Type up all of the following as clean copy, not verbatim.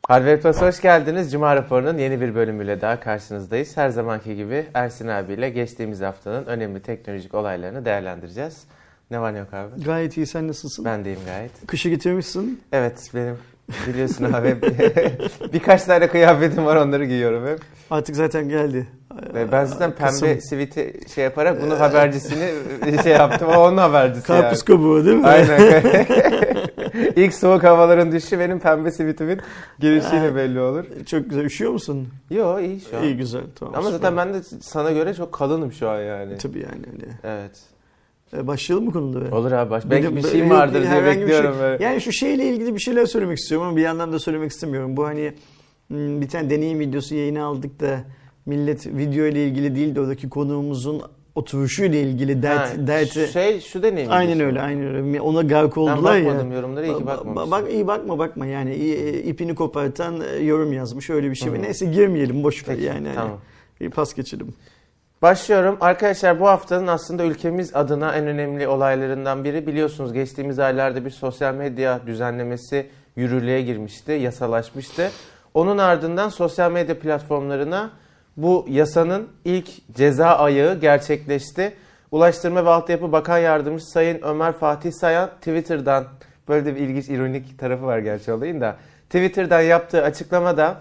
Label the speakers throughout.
Speaker 1: Hardware Plus'a hoş geldiniz. Cuma raporunun yeni bir bölümüyle daha karşınızdayız. Her zamanki gibi Ersin abiyle geçtiğimiz haftanın önemli teknolojik olaylarını değerlendireceğiz. Ne var ne yok abi?
Speaker 2: Gayet iyi, sen nasılsın?
Speaker 1: Ben deyim gayet.
Speaker 2: Kışı getirmişsin.
Speaker 1: Evet, benim biliyorsun abi birkaç tane kıyafetim var, onları giyiyorum hep.
Speaker 2: Artık zaten geldi.
Speaker 1: Ben zaten pembe siviti şey yaparak bunun habercisini şey yaptım. O onun habercisi
Speaker 2: Karpuz
Speaker 1: yani.
Speaker 2: kabuğu değil mi?
Speaker 1: Aynen. İlk soğuk havaların düşüşü benim pembe sivitimin gelişiyle belli olur.
Speaker 2: Çok güzel. Üşüyor musun?
Speaker 1: Yo, iyi şu an.
Speaker 2: İyi, güzel. Tamam.
Speaker 1: Ama zaten ben de sana göre çok kalınım şu an yani.
Speaker 2: Tabii yani öyle.
Speaker 1: Evet.
Speaker 2: Başlayalım mı konuda?
Speaker 1: Olur abi. Belki bir şeyim vardır diye bekliyorum.
Speaker 2: Şey. Yani şu şeyle ilgili bir şeyler söylemek istiyorum ama bir yandan da söylemek istemiyorum. Bu hani bir tane deneyim videosu yayına aldık da millet video ile ilgili değil de oradaki konuğumuzun oturuşuyla ilgili derti.
Speaker 1: Şu deneyim
Speaker 2: Aynen
Speaker 1: videosu.
Speaker 2: öyle. Ona gark oldular ya.
Speaker 1: Ben bakmadım yorumlara, iyi ki bakmamışsın.
Speaker 2: İyi bakma yani ipini kopartan yorum yazmış öyle bir şey.
Speaker 1: Hı.
Speaker 2: Neyse girmeyelim, boş ver yani.
Speaker 1: Tamam.
Speaker 2: Pas geçelim.
Speaker 1: Başlıyorum. Arkadaşlar, bu haftanın aslında ülkemiz adına en önemli olaylarından biri, biliyorsunuz geçtiğimiz aylarda bir sosyal medya düzenlemesi yürürlüğe girmişti, yasalaşmıştı. Onun ardından sosyal medya platformlarına bu yasanın ilk ceza ayağı gerçekleşti. Ulaştırma ve Altyapı Bakan Yardımcısı Sayın Ömer Fatih Sayan Twitter'dan, böyle de bir ilginç ironik tarafı var gerçi olayın da, Twitter'dan yaptığı açıklamada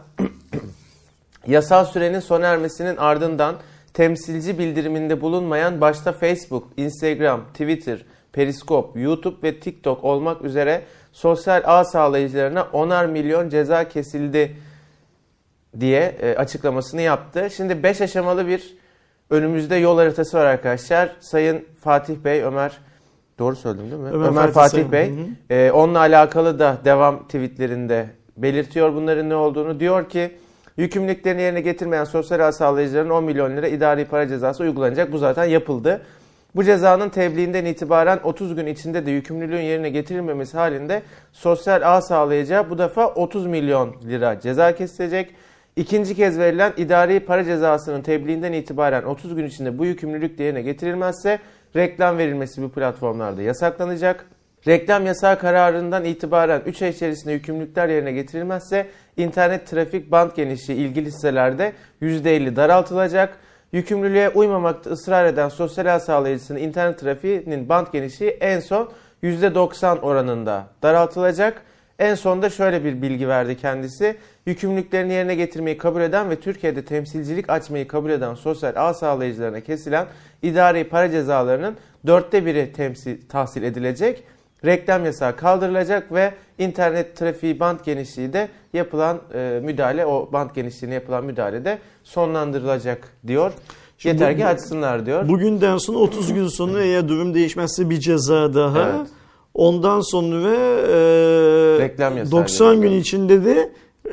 Speaker 1: yasal sürenin sona ermesinin ardından temsilci bildiriminde bulunmayan başta Facebook, Instagram, Twitter, Periskop, YouTube ve TikTok olmak üzere sosyal ağ sağlayıcılarına 10'ar milyon ceza kesildi diye açıklamasını yaptı. Şimdi 5 aşamalı bir önümüzde yol haritası var arkadaşlar. Sayın Fatih Bey, doğru söyledim değil mi? Ömer Fatih Bey. Onunla alakalı da devam tweetlerinde belirtiyor bunların ne olduğunu. Diyor ki, yükümlülüklerini yerine getirmeyen sosyal ağ sağlayıcıların 10 milyon lira idari para cezası uygulanacak. Bu zaten yapıldı. Bu cezanın tebliğinden itibaren 30 gün içinde de yükümlülüğün yerine getirilmemesi halinde sosyal ağ sağlayıcıya bu defa 30 milyon lira ceza kesilecek. İkinci kez verilen idari para cezasının tebliğinden itibaren 30 gün içinde bu yükümlülük de yerine getirilmezse reklam verilmesi bu platformlarda yasaklanacak. Reklam yasağı kararından itibaren 3 ay içerisinde yükümlülükler yerine getirilmezse internet trafik band genişliği ilgili sitelerde %50 daraltılacak. Yükümlülüğe uymamakta ısrar eden sosyal ağ sağlayıcısının internet trafiğinin band genişliği en son %90 oranında daraltılacak. En son da şöyle bir bilgi verdi kendisi. Yükümlülüklerini yerine getirmeyi kabul eden ve Türkiye'de temsilcilik açmayı kabul eden sosyal ağ sağlayıcılarına kesilen idari para cezalarının 1/4'ü tahsil edilecek. Reklam yasağı kaldırılacak ve internet trafiği band genişliği de yapılan müdahale, o band genişliğine yapılan müdahale de sonlandırılacak diyor. Şimdi yeter ki açsınlar diyor.
Speaker 2: Bugünden sonra 30 gün sonra eğer durum değişmezse bir ceza daha. Evet. Ondan sonra
Speaker 1: reklam yasağı
Speaker 2: 90 gün içinde de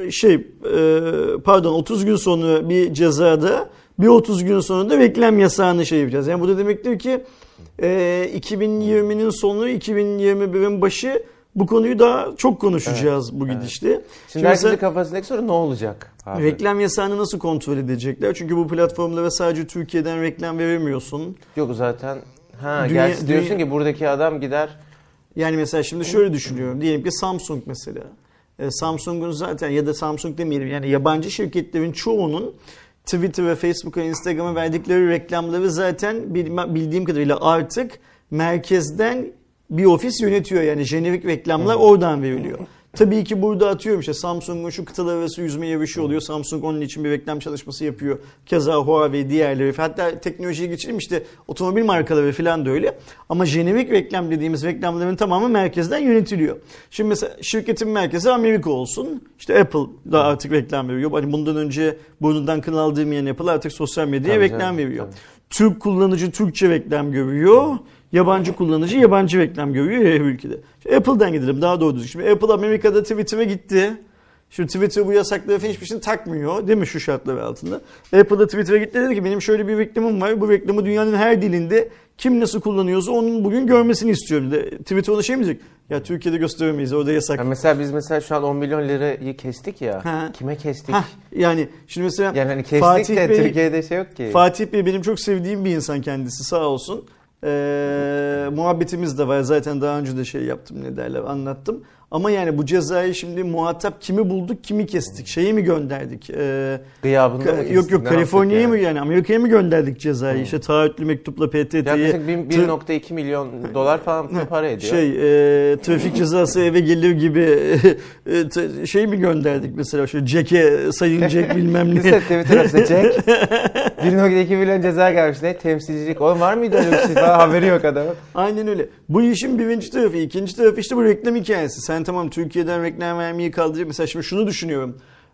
Speaker 2: 30 gün sonra bir cezada, bir 30 gün sonra da reklam yasağını yapacağız. Yani bu da demektir ki 2020'nin sonu, 2021'in başı bu konuyu daha çok konuşacağız bu gidişte.
Speaker 1: Evet. Şimdi herkesin kafasındaki soru ne olacak? Abi?
Speaker 2: Reklam yasağını nasıl kontrol edecekler? Çünkü bu platformlara sadece Türkiye'den reklam veremiyorsun.
Speaker 1: Yok zaten. Gerçi diyorsun ki buradaki adam gider.
Speaker 2: Yani mesela şimdi şöyle düşünüyorum. Diyelim ki Samsung mesela. Samsung'un zaten, ya da Samsung demeyelim, yani yabancı şirketlerin çoğunun Twitter ve Facebook'a, Instagram'a verdikleri reklamları zaten bildiğim kadarıyla artık merkezden bir ofis yönetiyor. Yani jenerik reklamlar oradan veriliyor. Tabii ki burada atıyorum Samsung'un şu kıtalar arası yüzme yarışı oluyor. Samsung onun için bir reklam çalışması yapıyor. Keza Huawei, diğerleri. Hatta teknolojiye geçelim, otomobil markaları falan da öyle. Ama jenerik reklam dediğimiz reklamların tamamı merkezden yönetiliyor. Şimdi mesela şirketin merkezi Amerika olsun. Apple da artık reklam veriyor. Hani bundan önce burnundan kıl aldırmayan Apple artık sosyal medyaya reklam veriyor. Tabii. Türk kullanıcı Türkçe reklam görüyor. Yabancı kullanıcı yabancı reklam görüyor ya ülkede. Apple'dan gidelim daha doğru düzgün. Şimdi Apple Amerika'da Twitter'a gitti. Şimdi Twitter bu yasakları falan hiçbir şey takmıyor değil mi şu şartlar altında? Apple'da Twitter'a gitti, dedi ki benim şöyle bir reklamım var. Bu reklamı dünyanın her dilinde kim nasıl kullanıyorsa onun bugün görmesini istiyorum. Twitter ona mi diyecek? Ya Türkiye'de gösteremeyiz, orada yasak.
Speaker 1: Biz şu an 10 milyon lirayı kestik ya. Kime kestik?
Speaker 2: Yani şimdi mesela
Speaker 1: yani hani kestik Fatih de Bey, Türkiye'de yok ki.
Speaker 2: Fatih Bey benim çok sevdiğim bir insan kendisi, sağ olsun. Muhabbetimiz de var zaten, daha önce de yaptım, anlattım. Ama yani bu cezayı şimdi muhatap kimi bulduk, kimi kestik? Şeyi mi gönderdik?
Speaker 1: Gıyabında mı kestik?
Speaker 2: Yok Kaliforniya'ya mı yani Amerika'ya mı gönderdik cezayı? İşte taahhütlü mektupla PTT'ye.
Speaker 1: Yaklaşık 1.2 milyon dolar falan para ediyor.
Speaker 2: Trafik cezası eve gelir gibi şey mi gönderdik mesela şu Jack'e, Sayın Jack bilmem ne.
Speaker 1: Twitter atıyor Jack. 1.2 milyon ceza gelmiş. Ne temsilcilik. Oğlum var mıydı öyle bir şey falan, haberi yok adamın.
Speaker 2: Aynen öyle. Bu işin birinci tarafı. İkinci tarafı işte bu reklam hikayesi. Sen tamam Türkiye'den reklam vermeyi kaldıracak. Mesela şimdi şunu düşünüyorum.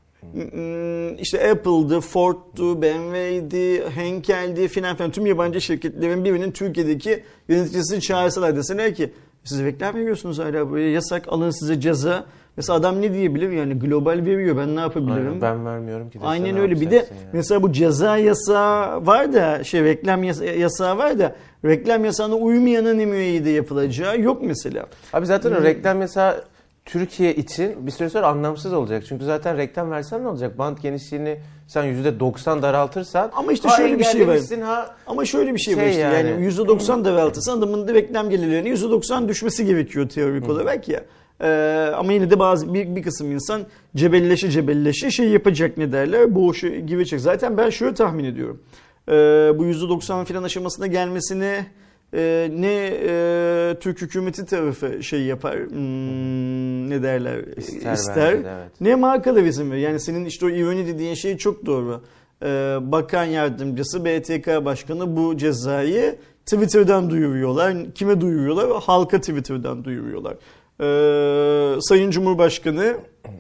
Speaker 2: İşte Apple'dı, Ford'du, BMW'di, Henkel'di filan tüm yabancı şirketlerin birinin Türkiye'deki yöneticisini çağırsalar deseler ki siz reklam veriyorsunuz hala buraya, yasak, alın size ceza. Mesela adam ne diyebilir yani, global veriyor, ben ne yapabilirim?
Speaker 1: Aynen, ben vermiyorum ki.
Speaker 2: Aynen öyle. Bir de yani, mesela bu ceza yasağı var da reklam yasağı var da reklam yasağına uymayanın ne müeyyide yapılacağı yok mesela.
Speaker 1: Abi zaten o reklam yasağı Türkiye için bir süre sonra anlamsız olacak. Çünkü zaten reklam versen ne olacak? Bant genişliğini sen %90 daraltırsan,
Speaker 2: ama işte şöyle bir şey var. Ama şöyle bir şey var işte. Yani %90 daraltırsan adamın da reklam gelirlerine %90 düşmesi gerekiyor teorik olarak ya. Ama yine de bir kısım insan cebelleşe şey yapacak, ne derler, boğuşa girecek. Zaten ben şöyle tahmin ediyorum. Bu %90 filan aşamasına gelmesine ne Türk hükümeti tarafı şey yapar, ne derler, ister.
Speaker 1: Bence, evet.
Speaker 2: Ne markalar izin verir. Yani senin işte o ironi dediğin şey çok doğru. Bakan yardımcısı, BTK başkanı bu cezayı Twitter'dan duyuruyorlar. Kime duyuruyorlar? Halka Twitter'dan duyuruyorlar. Sayın Cumhurbaşkanı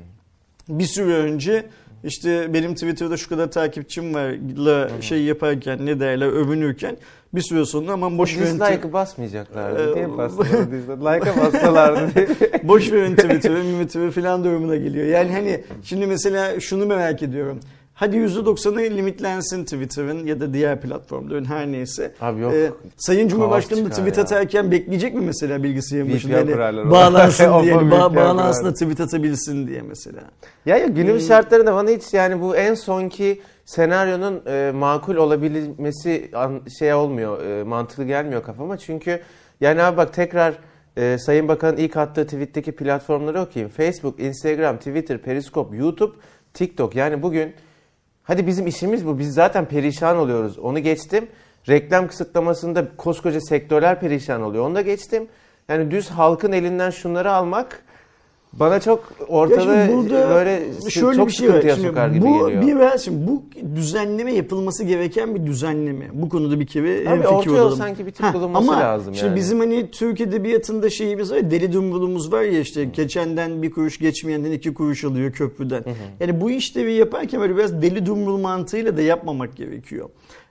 Speaker 2: bir süre önce işte benim Twitter'da şu kadar takipçim varla şey yaparken, ne derler, övünürken bir süre sonra aman boş verin.
Speaker 1: Dislike'ı basmayacaklardı. Niye bastılar? Like'a bassalardı diye.
Speaker 2: Boş verin Twitter'ı falan durumuna geliyor. Yani hani şimdi mesela şunu merak ediyorum. Hadi %90'ı limitlensin Twitter'ın ya da diğer platformların, her neyse.
Speaker 1: Abi yok.
Speaker 2: Sayın Cumhurbaşkanı da tweet atarken bekleyecek mi mesela bilgisayarın başında?
Speaker 1: Yani
Speaker 2: bağlansın diye. Bağlansın da tweet atabilsin diye mesela.
Speaker 1: Ya günümüz şartlarında bana hiç yani bu en sonki senaryonun makul olabilmesi şey olmuyor. Mantıklı gelmiyor kafama. Çünkü yani abi bak tekrar Sayın Bakan'ın ilk attığı tweetteki platformları okuyayım. Facebook, Instagram, Twitter, Periscope, YouTube, TikTok. Yani bugün hadi bizim işimiz bu. Biz zaten perişan oluyoruz. Onu geçtim. Reklam kısıtlamasında koskoca sektörler perişan oluyor. Onu da geçtim. Yani düz halkın elinden şunları almak bana çok ortalığı böyle çok sıkıntıya sokar gibi geliyor.
Speaker 2: Şimdi bu düzenleme yapılması gereken bir düzenleme. Bu konuda bir kere
Speaker 1: hemfikir olalım. Orta yol sanki bir tık bulunması lazım yani.
Speaker 2: Şimdi bizim hani Türk Edebiyatı'nda şeyimiz var, deli dumrulumuz var ya, işte geçenden bir kuruş geçmeyenden 2 kuruş alıyor köprüden. Yani bu işlevi yaparken böyle biraz deli dumrul mantığıyla da yapmamak gerekiyor.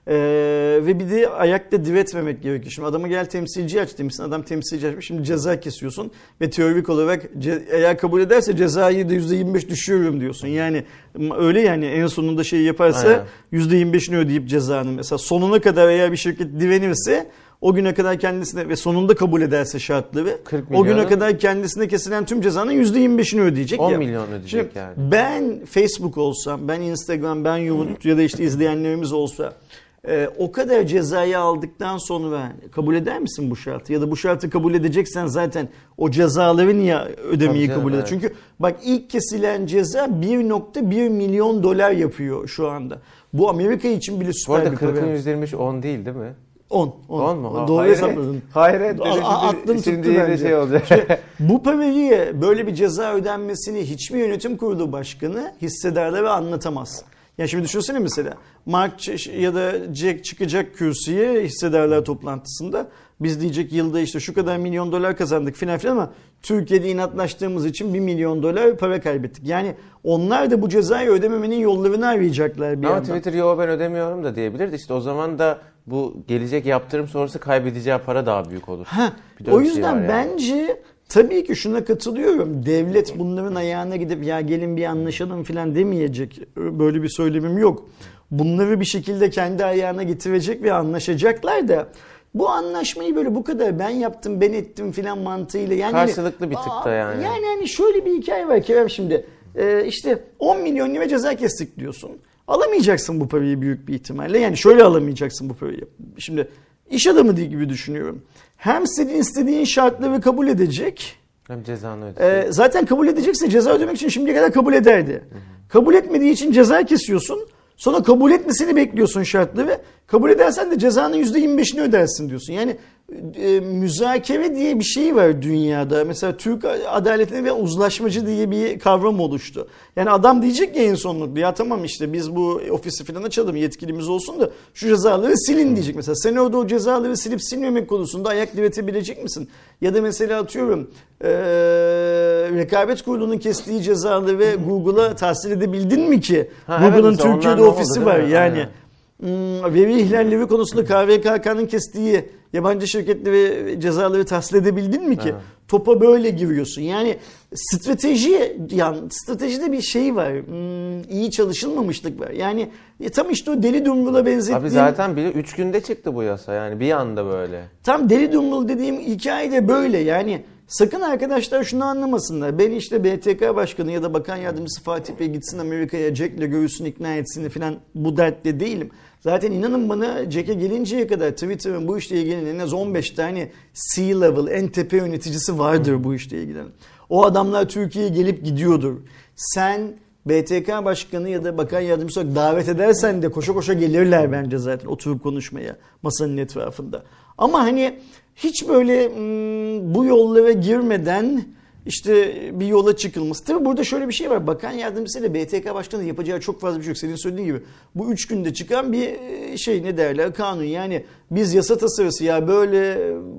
Speaker 2: Ve bir de ayakta diretmemek gerekiyor. Şimdi adama gel temsilci aç demişsin. Adam temsilci açmış. Şimdi ceza kesiyorsun ve teorik olarak eğer kabul ederse cezayı da %25 düşürüyorum diyorsun. Yani öyle, yani en sonunda şey yaparsa %25'ini ödeyip cezanın, mesela sonuna kadar eğer bir şirket direnirse o güne kadar kendisine ve sonunda kabul ederse şartları, o güne kadar kendisine kesilen tüm cezanın %25'ini ödeyecek.
Speaker 1: 10 milyon ödeyecek. Şimdi yani.
Speaker 2: Ben Facebook olsam, ben Instagram, ben YouTube ya da işte izleyenlerimiz olsa o kadar cezayı aldıktan sonra kabul eder misin bu şartı? Ya da bu şartı kabul edeceksen zaten o cezaları niye ödemeyi kabul eder? Evet. Çünkü bak ilk kesilen ceza 1.1 milyon dolar yapıyor şu anda. Bu Amerika için bile süper bir para.
Speaker 1: Bu arada 40'ın %25 10 değil mi?
Speaker 2: 10
Speaker 1: mu?
Speaker 2: Doğru hesapladın.
Speaker 1: Hayret.
Speaker 2: Aklın tuttu bence.
Speaker 1: Şey olacak.
Speaker 2: Bu parayı, böyle bir ceza ödenmesini hiçbir yönetim kurulu başkanı hissedarlara anlatamaz. Yani şimdi düşünsene mesela Mark ya da Jack çıkacak kürsüye hissedarlar toplantısında, biz diyecek yılda işte şu kadar milyon dolar kazandık filan filan ama Türkiye'de inatlaştığımız için 1 milyon dolar para kaybettik. Yani onlar da bu cezayı ödememenin yollarını arayacaklar bir
Speaker 1: ama
Speaker 2: yandan.
Speaker 1: Twitter yo ben ödemiyorum da diyebilirdi. İşte o zaman da bu gelecek yaptırım sonrası kaybedeceği para daha büyük olur.
Speaker 2: O yüzden şey bence tabii ki şuna katılıyorum. Devlet bunların ayağına gidip ya gelin bir anlaşalım filan demeyecek. Böyle bir söylemim yok. Bunları bir şekilde kendi ayağına getirecek ve anlaşacaklar da bu anlaşmayı böyle bu kadar ben yaptım, ben ettim filan mantığıyla. Yani
Speaker 1: karşılıklı bir tık da yani.
Speaker 2: Yani hani şöyle bir hikaye var Kerem, şimdi işte 10 milyon lira ceza kestik diyorsun. Alamayacaksın bu parayı büyük bir ihtimalle. Yani şöyle alamayacaksın bu parayı. Şimdi iş adamı gibi düşünüyorum. Hem senin istediğin şartları kabul edecek
Speaker 1: Hem cezanı ödeyecek.
Speaker 2: Zaten kabul edecekse ceza ödemek için şimdiye kadar kabul ederdi. Kabul etmediği için ceza kesiyorsun. Sonra kabul etmesini bekliyorsun şartlı ve kabul edersen de cezanın %25'ini ödersin diyorsun. Yani müzakere diye bir şey var dünyada. Mesela Türk adaletinde ve uzlaşmacı diye bir kavram oluştu. Yani adam diyecek ki en sonunda ya tamam işte biz bu ofisi falan açalım yetkilimiz olsun da şu cezaları silin diyecek. Mesela sen orada o cezaları silip silmemek konusunda ayak diretebilecek misin? Ya da mesela atıyorum rekabet kurulunun kestiği cezaları ve Google'a tahsil edebildin mi ki? Google'ın
Speaker 1: evet,
Speaker 2: Türkiye'de ofisi var yani. Veri ihlalleri konusunda KVKK'nın kestiği yabancı şirketleri cezaları tahsil edebildin mi ki? Evet. Topa böyle giriyorsun. Yani stratejide bir şey var. İyi çalışılmamışlık var. Yani tam işte o Deli Dumrul'a benzettiğim...
Speaker 1: Abi zaten 3 günde çıktı bu yasa yani bir anda böyle.
Speaker 2: Tam Deli Dumrul dediğim hikaye de böyle yani. Sakın arkadaşlar şunu anlamasınlar. Ben işte BTK Başkanı ya da Bakan Yardımcısı Fatih Bey gitsin Amerika'ya Jack'le görüşsün ikna etsin falan bu dertte değilim. Zaten inanın bana Jack'e gelinceye kadar Twitter'ın bu işle ilgili en az 15 tane C-level en tepe yöneticisi vardır bu işle ilgili. O adamlar Türkiye'ye gelip gidiyordur. Sen BTK Başkanı ya da Bakan Yardımcısı olarak davet edersen de koşa koşa gelirler bence zaten oturup konuşmaya masanın etrafında. Ama hani hiç böyle bu yollara girmeden işte bir yola çıkılması. Tabii burada şöyle bir şey var. Bakan Yardımcısı ile BTK Başkanı yapacağı çok fazla bir şey yok. Senin söylediğin gibi bu 3 günde çıkan bir şey ne derler kanun. Yani biz yasa tasarısı ya böyle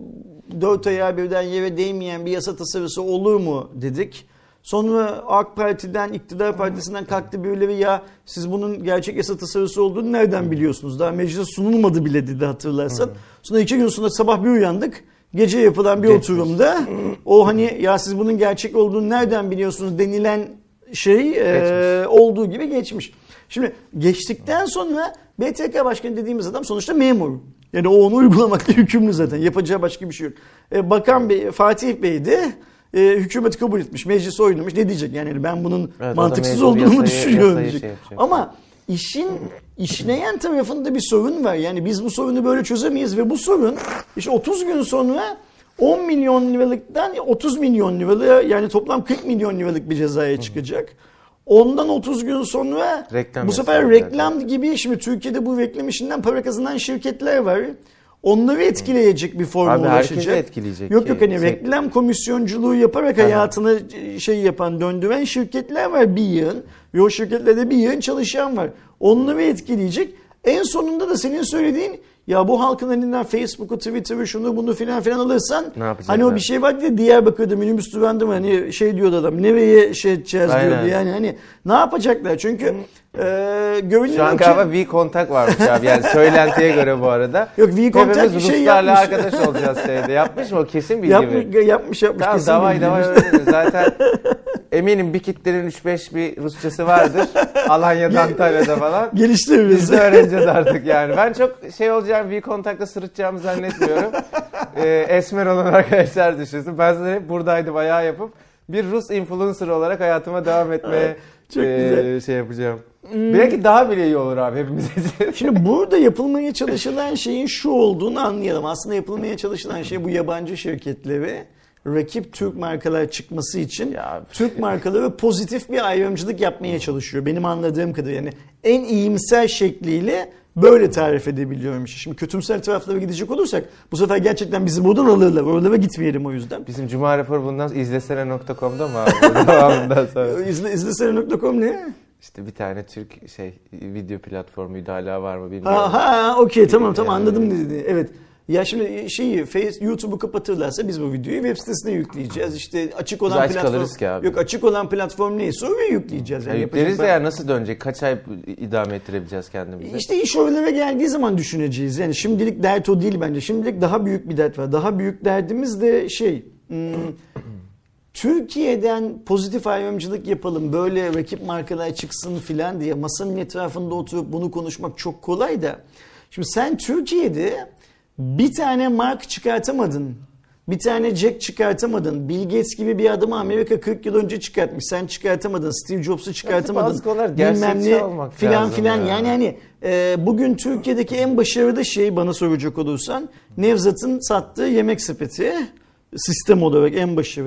Speaker 2: 4 ayağı birden yere değmeyen bir yasa tasarısı olur mu dedik. Sonra AK Parti'den, iktidar partisinden kalktı birileri ya siz bunun gerçek yasa tasarısı olduğunu nereden biliyorsunuz? Daha meclise sunulmadı bile dedi hatırlarsan. Sonra 2 gün sonra sabah bir uyandık. Gece yapılan bir oturumda o hani ya siz bunun gerçek olduğunu nereden biliyorsunuz denilen şey olduğu gibi geçmiş. Şimdi geçtikten sonra BTK Başkanı dediğimiz adam sonuçta memur. Yani o onu uygulamakla yükümlü zaten. Yapacağı başka bir şey yok. Bakan Bey, Fatih Bey de hükümeti kabul etmiş, meclisi oynamış. Ne diyecek? Yani ben bunun mantıksız olduğunu düşünüyorum diyecek. Ama işin işleyen tarafında bir sorun var. Yani biz bu sorunu böyle çözemeyiz ve bu sorun işte 30 gün sonra 10 milyon liralıktan 30 milyon liralığa yani toplam 40 milyon liralık bir cezaya çıkacak. Ondan 30 gün sonra bu sefer reklam gibi şimdi Türkiye'de bu reklam işinden para kazanan şirketler var. Onları etkileyecek bir forma ulaşacak.
Speaker 1: Herkesi etkileyecek.
Speaker 2: Yok hani reklam komisyonculuğu yaparak hayatını döndüren şirketler var bir yığın. Ve o şirketlerde bir yığın çalışan var. Onları etkileyecek. En sonunda da senin söylediğin ya bu halkın elinden Facebook'u, Twitter'ı, şunu bunu filan alırsan hani o bir şey var diye Diyarbakır'da minibüs durağında mı hani diyordu adam nereye edeceğiz diyordu yani hani ne yapacaklar çünkü
Speaker 1: şu an galiba V-Contact varmış abi yani söylentiye göre bu arada.
Speaker 2: Yok V-Contact
Speaker 1: hepimiz Ruslarla arkadaş olacağız şeyde yapmış mı o kesin bilgi mi?
Speaker 2: Yapmış
Speaker 1: tamam,
Speaker 2: kesin
Speaker 1: davay zaten eminim bir kitlerin 3-5 bir Rusçası vardır Alanya'da Antalya'da falan.
Speaker 2: Geliştiririz.
Speaker 1: Biz de öğreneceğiz artık yani ben çok olacağım V-Contact'ta sırıtacağımı zannetmiyorum. Esmer olan arkadaşlar düşünsün ben size hep buradaydım ayağı yapıp bir Rus influencer olarak hayatıma devam etmeye şey yapacağım. Belki daha bile iyi olur abi hepimiz için.
Speaker 2: Şimdi burada yapılmaya çalışılan şeyin şu olduğunu anlayalım. Aslında yapılmaya çalışılan şey bu yabancı şirketleri rakip Türk markalar çıkması için Türk markaları pozitif bir ayrımcılık yapmaya çalışıyor. Benim anladığım kadarıyla yani en iyimser şekliyle böyle tarif edebiliyorum. Şimdi kötümser taraflara gidecek olursak bu sefer gerçekten bizi buradan alırlar. Oralara gitmeyelim o yüzden.
Speaker 1: Bizim Cuma raporu bundan izlesene.com'da mı abi? Devamından sonra.
Speaker 2: İzlesene.com ne?
Speaker 1: İşte bir tane Türk video platformuydu hala var mı bilmiyorum.
Speaker 2: Okey tamam anladım dedi. Evet. Ya şimdi YouTube'u kapatırlarsa biz bu videoyu web sitesine yükleyeceğiz. İşte açık olan platform. Yok açık olan platform neyse oraya yükleyeceğiz. Yani
Speaker 1: yükleriz de ya nasıl dönecek? Kaç ay idame ettirebileceğiz kendimizi?
Speaker 2: İşte iş oralara geldiği zaman düşüneceğiz. Yani şimdilik dert o değil bence. Şimdilik daha büyük bir dert var. Daha büyük derdimiz de Türkiye'den pozitif ayrımcılık yapalım, böyle rakip markalar çıksın filan diye masanın etrafında oturup bunu konuşmak çok kolay da. Şimdi sen Türkiye'de bir tane Mark çıkartamadın. Bir tane Jack çıkartamadın. Bill Gates gibi bir adamı Amerika 40 yıl önce çıkartmış. Sen çıkartamadın. Steve Jobs'u çıkartamadın.
Speaker 1: Bazı konular gerçekçi olmak
Speaker 2: filan filan. Yani hani bugün Türkiye'deki en başarılı şey bana soracak olursan Nevzat'ın sattığı yemek sepeti sistem olarak en başarılı.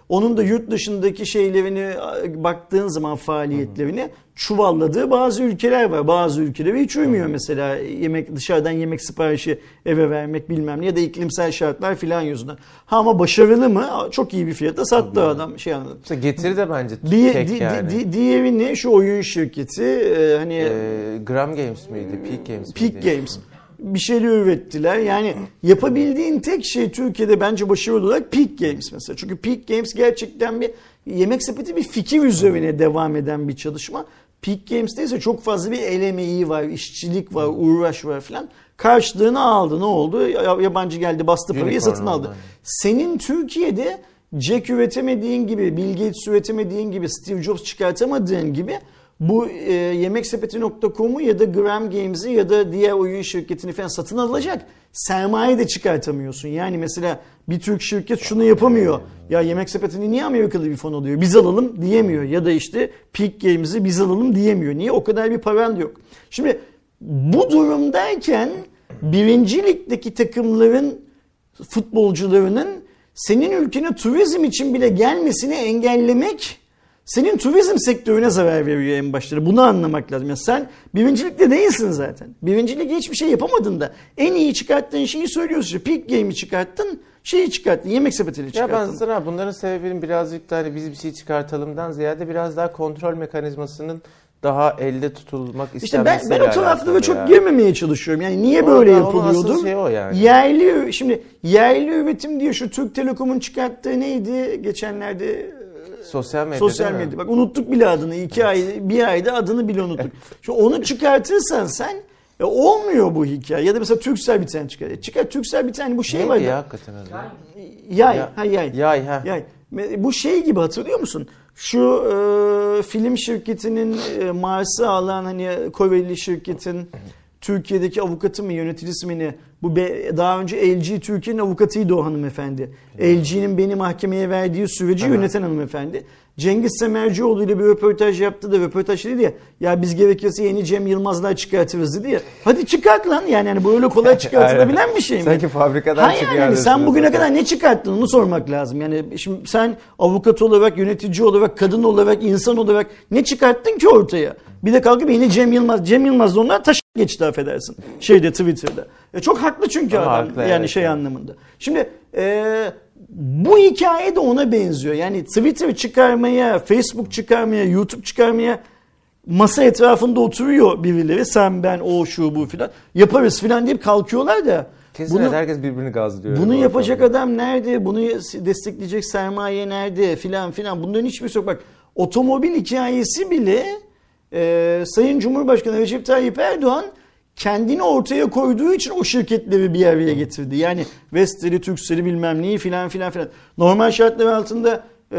Speaker 2: Onun da yurt dışındaki şeylerini baktığın zaman faaliyetlerini çuvalladığı bazı ülkeler var. Bazı ülkeler hiç uymuyor mesela dışarıdan yemek siparişi eve vermek bilmem ne ya da iklimsel şartlar filan yüzünden. Ha ama başarılı mı? Çok iyi bir fiyata sattı adam şey anladım.
Speaker 1: İşte getiri de bence yani.
Speaker 2: Diğeri ne? Şu oyun şirketi hani
Speaker 1: Gram Games miydi? Peak Games
Speaker 2: Peak
Speaker 1: miydi?
Speaker 2: Games. Bir şeyler ürettiler. Yani yapabildiğin tek şey Türkiye'de bence başarılı olarak Peak Games mesela. Çünkü Peak Games gerçekten bir Yemek Sepeti bir fikir üzerine devam eden bir çalışma. Peak Games'te ise çok fazla bir el emeği var, işçilik var, uğraş var filan. Karşılığını aldı. Ne oldu? Yabancı geldi, bastı parayı, satın aldı. Yani. Senin Türkiye'de Jack üretemediğin gibi, Bill Gates üretemediğin gibi, Steve Jobs çıkartamadığın gibi bu yemeksepeti.com'u ya da Gram Games'i ya da diğer oyun şirketini falan satın alacak sermaye de çıkartamıyorsun. Yani mesela bir Türk şirket şunu yapamıyor. Ya Yemek Sepeti'ni niye Amerikalı bir fon alıyor? Biz alalım diyemiyor. Ya da işte Peak Games'i biz alalım diyemiyor. Niye? O kadar bir paran yok. Şimdi bu durumdayken birinci ligdeki takımların futbolcularının senin ülkene turizm için bile gelmesini engellemek senin turizm sektörüne zarar veriyor en başta. Bunu anlamak lazım. Yani sen birincilikte değilsin zaten. Birincilikte hiçbir şey yapamadın da en iyi çıkarttığın şeyi söylüyorsun. İşte Peak Game'i çıkarttın, şeyi çıkarttın, Yemek Sepeti'ni çıkarttın.
Speaker 1: Ya ben sana bunların sebebinin birazcık da hani biz bir şey çıkartalımdan ziyade biraz daha kontrol mekanizmasının daha elde tutulmak istenmesiyle
Speaker 2: İşte ben o taraflara çok girmemeye çalışıyorum. Yani niye böyle yapılıyordu?
Speaker 1: Şey o yani.
Speaker 2: Yerli üretim diye şu Türk Telekom'un çıkarttığı neydi geçenlerde?
Speaker 1: Sosyal medya.
Speaker 2: Bak unuttuk bile adını. Bir ayda adını bile unuttuk. Şu onu çıkartırsan sen olmuyor bu hikaye. Ya da mesela Turkcell bir tane çıkar. Turkcell bir tane bu şey var.
Speaker 1: Neydi ya hakikaten adı?
Speaker 2: Yay. Bu şey gibi hatırlıyor musun? Şu film şirketinin Mars'ı alan hani Koreli şirketin Türkiye'deki avukatı mı yöneticisi mi ne? Bu daha önce LG Türkiye'nin avukatıydı o hanımefendi. LG'nin beni mahkemeye verdiği süreci yöneten hanımefendi. Cengiz Semercioğlu ile bir röportaj yaptı da röportaj dedi ya biz gerekirse yeni Cem Yılmazlar çıkartırız dedi ya. Hadi çıkart lan yani böyle kolay çıkartılabilen bir şey mi?
Speaker 1: Sanki fabrikadan çıkıyor.
Speaker 2: Yani sen bugüne kadar ne çıkarttın onu sormak lazım. Yani şimdi sen avukat olarak, yönetici olarak, kadın olarak, insan olarak ne çıkarttın ki ortaya? Bir de kalkıp yeni Cem Yılmaz da onlar taş geçti affedersin. Twitter'da. Çok haklı çünkü ama adam haklı, yani evet, şey anlamında. Şimdi bu hikaye de ona benziyor. Yani Twitter çıkarmaya, Facebook çıkarmaya, YouTube çıkarmaya masa etrafında oturuyor birileri. Sen, ben, o, şu, bu filan. Yaparız filan deyip kalkıyorlar da.
Speaker 1: Kesin herkes birbirini gazlıyor.
Speaker 2: Bunu yapacak adam nerede? Bunu destekleyecek sermaye nerede? Filan. Bunların hiçbirisi yok. Bak otomobil hikayesi bile Sayın Cumhurbaşkanı Recep Tayyip Erdoğan kendini ortaya koyduğu için o şirketleri bir araya getirdi. Yani Vestel'i, Turkcell'i bilmem neyi filan. Normal şartlar altında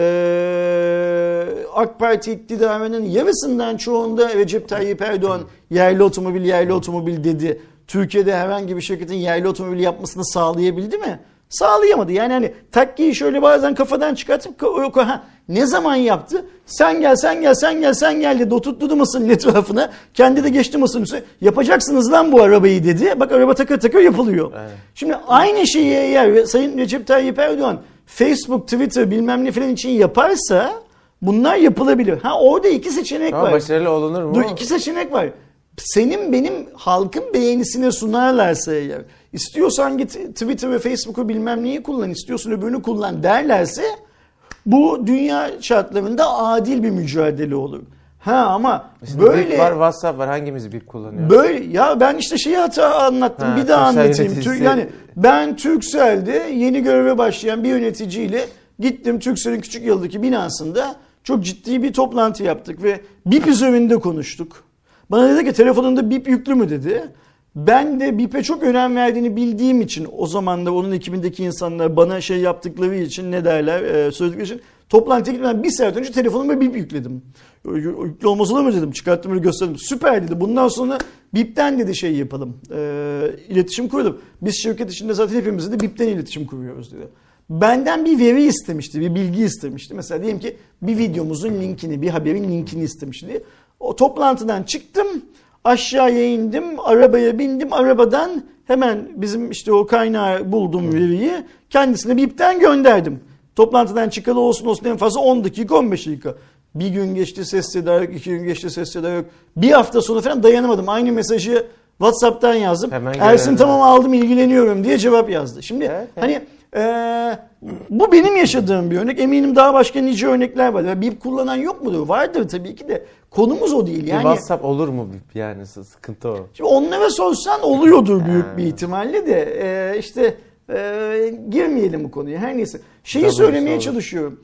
Speaker 2: AK Parti iktidarının yarısından çoğunda Recep Tayyip Erdoğan yerli otomobil dedi. Türkiye'de herhangi bir şirketin yerli otomobil yapmasını sağlayabildi mi? Sağlayamadı. Yani hani takkiyi şöyle bazen kafadan çıkartıp ne zaman yaptı? Sen gel dedi. Oturttu masanın etrafına. Kendi de geçti masanın üstüne. Yapacaksınız lan bu arabayı dedi. Bak araba takır yapılıyor. Evet. Şimdi aynı şeyi eğer Sayın Recep Tayyip Erdoğan Facebook, Twitter bilmem ne falan için yaparsa bunlar yapılabilir. Orada iki seçenek var.
Speaker 1: Başarılı olunur mu?
Speaker 2: İki seçenek var. Senin benim halkın beğenisine sunarlarsa eğer, istiyorsan git Twitter ve Facebook'u bilmem neyi kullan, istiyorsun öbürünü kullan derlerse bu dünya şartlarında adil bir mücadele olur. Ama şimdi böyle
Speaker 1: BIP var, WhatsApp var. Hangimiz BIP kullanıyor?
Speaker 2: Böyle ya ben işte şeyi anlattım. Bir daha anlatayım. Yani ben Turkcell'de yeni göreve başlayan bir yöneticiyle gittim Turkcell'in Küçükyol'daki binasında çok ciddi bir toplantı yaptık ve BIP üzerinde konuştuk. Bana dedi ki telefonunda BIP yüklü mü dedi. Ben de BİP'e çok önem verdiğini bildiğim için o zaman da onun ekibindeki insanlar bana şey yaptıkları için söyledikleri için toplantıya gitmeden bir saat önce telefonuma BIP yükledim. Yüklü olmaz olur mu dedim. Çıkarttım öyle gösterdim. Süper dedi. Bundan sonra BİP'ten dedi şey yapalım. İletişim kurdum. Biz şirket içinde zaten hepimiz de BİP'ten iletişim kuruyoruz dedi. Benden bir veri istemişti. Bir bilgi istemişti. Mesela diyelim ki bir videomuzun linkini, bir haberin linkini istemişti diye. O toplantıdan çıktım. Aşağıya indim, arabaya bindim, arabadan hemen bizim işte o kaynağı buldum veriyi kendisine BİP'ten gönderdim. Toplantıdan çıkalı olsun en fazla 10 dakika 15 dakika. Bir gün geçti ses seda yok, 2 gün geçti ses seda yok. Bir hafta sonra falan dayanamadım. Aynı mesajı WhatsApp'tan yazdım. Ersin tamam aldım ilgileniyorum diye cevap yazdı. Şimdi
Speaker 1: evet.
Speaker 2: Hani bu benim yaşadığım bir örnek. Eminim daha başka nice örnekler var. Bir kullanan yok mudur? Vardır tabii ki de. Konumuz o değil. Yani
Speaker 1: WhatsApp olur mu? Yani sıkıntı o.
Speaker 2: Şimdi onlara sorsan oluyordur büyük bir ihtimalle de. Girmeyelim bu konuya. Her neyse. Şeyi söylemeye çalışıyorum.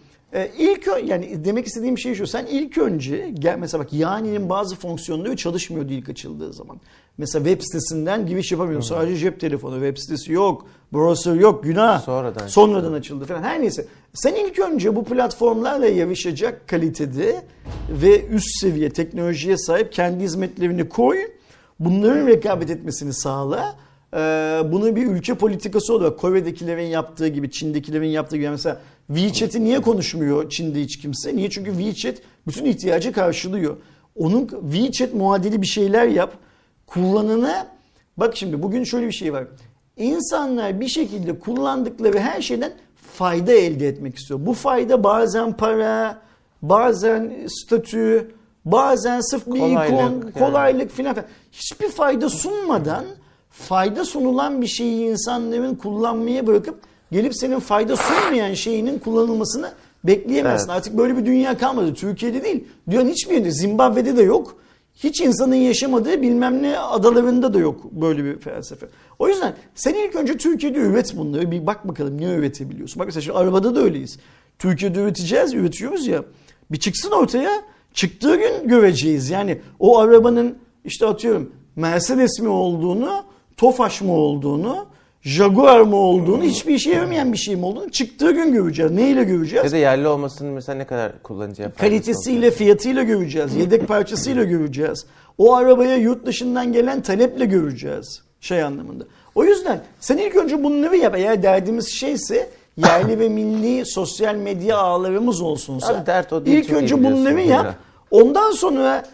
Speaker 2: Yani demek istediğim şey şu. Sen ilk önce mesela bak Yani'nin bazı fonksiyonları çalışmıyordu ilk açıldığı zaman. Mesela web sitesinden giriş yapamıyorsun. Sadece cep telefonu, web sitesi yok, browser yok, günah. Sonradan açıldı falan. Her neyse. Sen ilk önce bu platformlarla yarışacak kalitede ve üst seviye teknolojiye sahip kendi hizmetlerini koy. Bunların rekabet etmesini sağla. Bunu bir ülke politikası olarak Kore'dekilerin yaptığı gibi, Çin'dekilerin yaptığı gibi mesela WeChat'i niye konuşmuyor Çin'de hiç kimse? Niye? Çünkü WeChat bütün ihtiyacı karşılıyor. Onun WeChat muadili bir şeyler yap. Kullanana bak şimdi bugün şöyle bir şey var. İnsanlar bir şekilde kullandıkları her şeyden fayda elde etmek istiyor. Bu fayda bazen para, bazen statü, bazen sırf bir ikon, kolaylık filan. Hiçbir fayda sunmadan fayda sunulan bir şeyi insanların kullanmaya bırakıp gelip senin fayda sunmayan şeyinin kullanılmasını bekleyemezsin. Evet. Artık böyle bir dünya kalmadı. Türkiye'de değil. Dünyanın hiçbir yerinde. Zimbabwe'de de yok. Hiç insanın yaşamadığı bilmem ne adalarında da yok böyle bir felsefe. O yüzden sen ilk önce Türkiye'de üret bunları. Bir bak bakalım ne üretebiliyorsun. Bak mesela şu arabada da öyleyiz. Türkiye'de üretiyoruz ya. Bir çıksın ortaya. Çıktığı gün göreceğiz. Yani o arabanın işte atıyorum Mercedes mi olduğunu, Tofaş mı olduğunu, Jaguar mı olduğunu, hiçbir işe yaramayan bir şey mi olduğunu çıktığı gün göreceğiz. Neyle göreceğiz?
Speaker 1: Ya da yerli olmasının mesela ne kadar kullanıcıya
Speaker 2: kalitesiyle, fiyatıyla göreceğiz. Yedek parçasıyla göreceğiz. O arabaya yurt dışından gelen taleple göreceğiz. Şey anlamında. O yüzden sen ilk önce bunları yap. Eğer derdimiz şeyse yerli ve milli sosyal medya ağlarımız olsunsa.
Speaker 1: Abi dert o değil,
Speaker 2: ilk önce bunları yap. Ondan sonra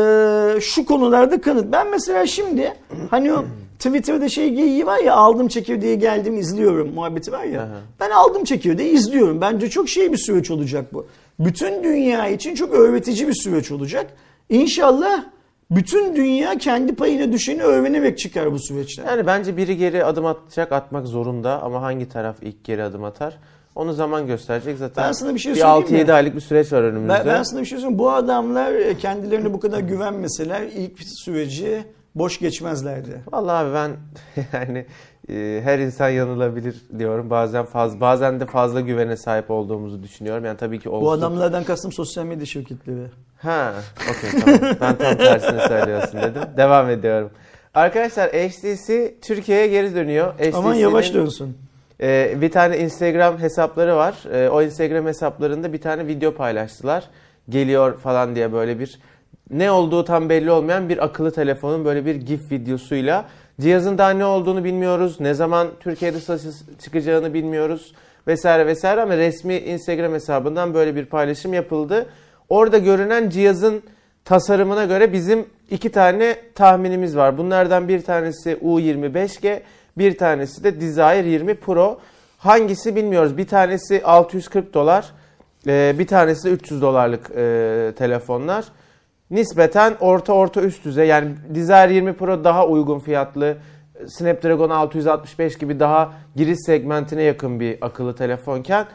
Speaker 2: şu konularda kanıt. Ben mesela şimdi hani o Twitter'da geyiği var ya, aldım çekirdeği geldim izliyorum muhabbeti var ya. Aha. Ben aldım çekirdeği izliyorum. Bence çok bir süreç olacak bu. Bütün dünya için çok öğretici bir süreç olacak. İnşallah bütün dünya kendi payına düşeni öğrenerek çıkar bu süreçten.
Speaker 1: Yani bence biri geri adım atmak zorunda ama hangi taraf ilk geri adım atar? Onu zaman gösterecek zaten.
Speaker 2: Ben sana bir şey söyleyeyim mi?
Speaker 1: 6-7 aylık bir süreç var önümüzde.
Speaker 2: Ben sana bir şey söyleyeyim. Bu adamlar kendilerine bu kadar güvenmeseler ilk süreci boş geçmezlerdi.
Speaker 1: Vallahi abi ben yani her insan yanılabilir diyorum. Bazen de fazla güvene sahip olduğumuzu düşünüyorum. Yani tabii ki olsun.
Speaker 2: Bu adamlardan kastım sosyal medya şirketleri.
Speaker 1: Ha, okey tamam. Ben tam tersini söylüyorsun dedim. Devam ediyorum. Arkadaşlar HTC Türkiye'ye geri dönüyor.
Speaker 2: Aman yavaş dönsün.
Speaker 1: Bir tane Instagram hesapları var. O Instagram hesaplarında bir tane video paylaştılar. Geliyor falan diye böyle bir ne olduğu tam belli olmayan bir akıllı telefonun böyle bir GIF videosuyla. Cihazın daha ne olduğunu bilmiyoruz. Ne zaman Türkiye'de çıkacağını bilmiyoruz. Vesaire vesaire ama resmi Instagram hesabından böyle bir paylaşım yapıldı. Orada görünen cihazın tasarımına göre bizim 2 tane tahminimiz var. Bunlardan bir tanesi U25G, bir tanesi de Desire 20 Pro. Hangisi bilmiyoruz. Bir tanesi $640, bir tanesi de $300 telefonlar. Nispeten orta üst düzey. Yani Desire 20 Pro daha uygun fiyatlı. Snapdragon 665 gibi daha giriş segmentine yakın bir akıllı telefonken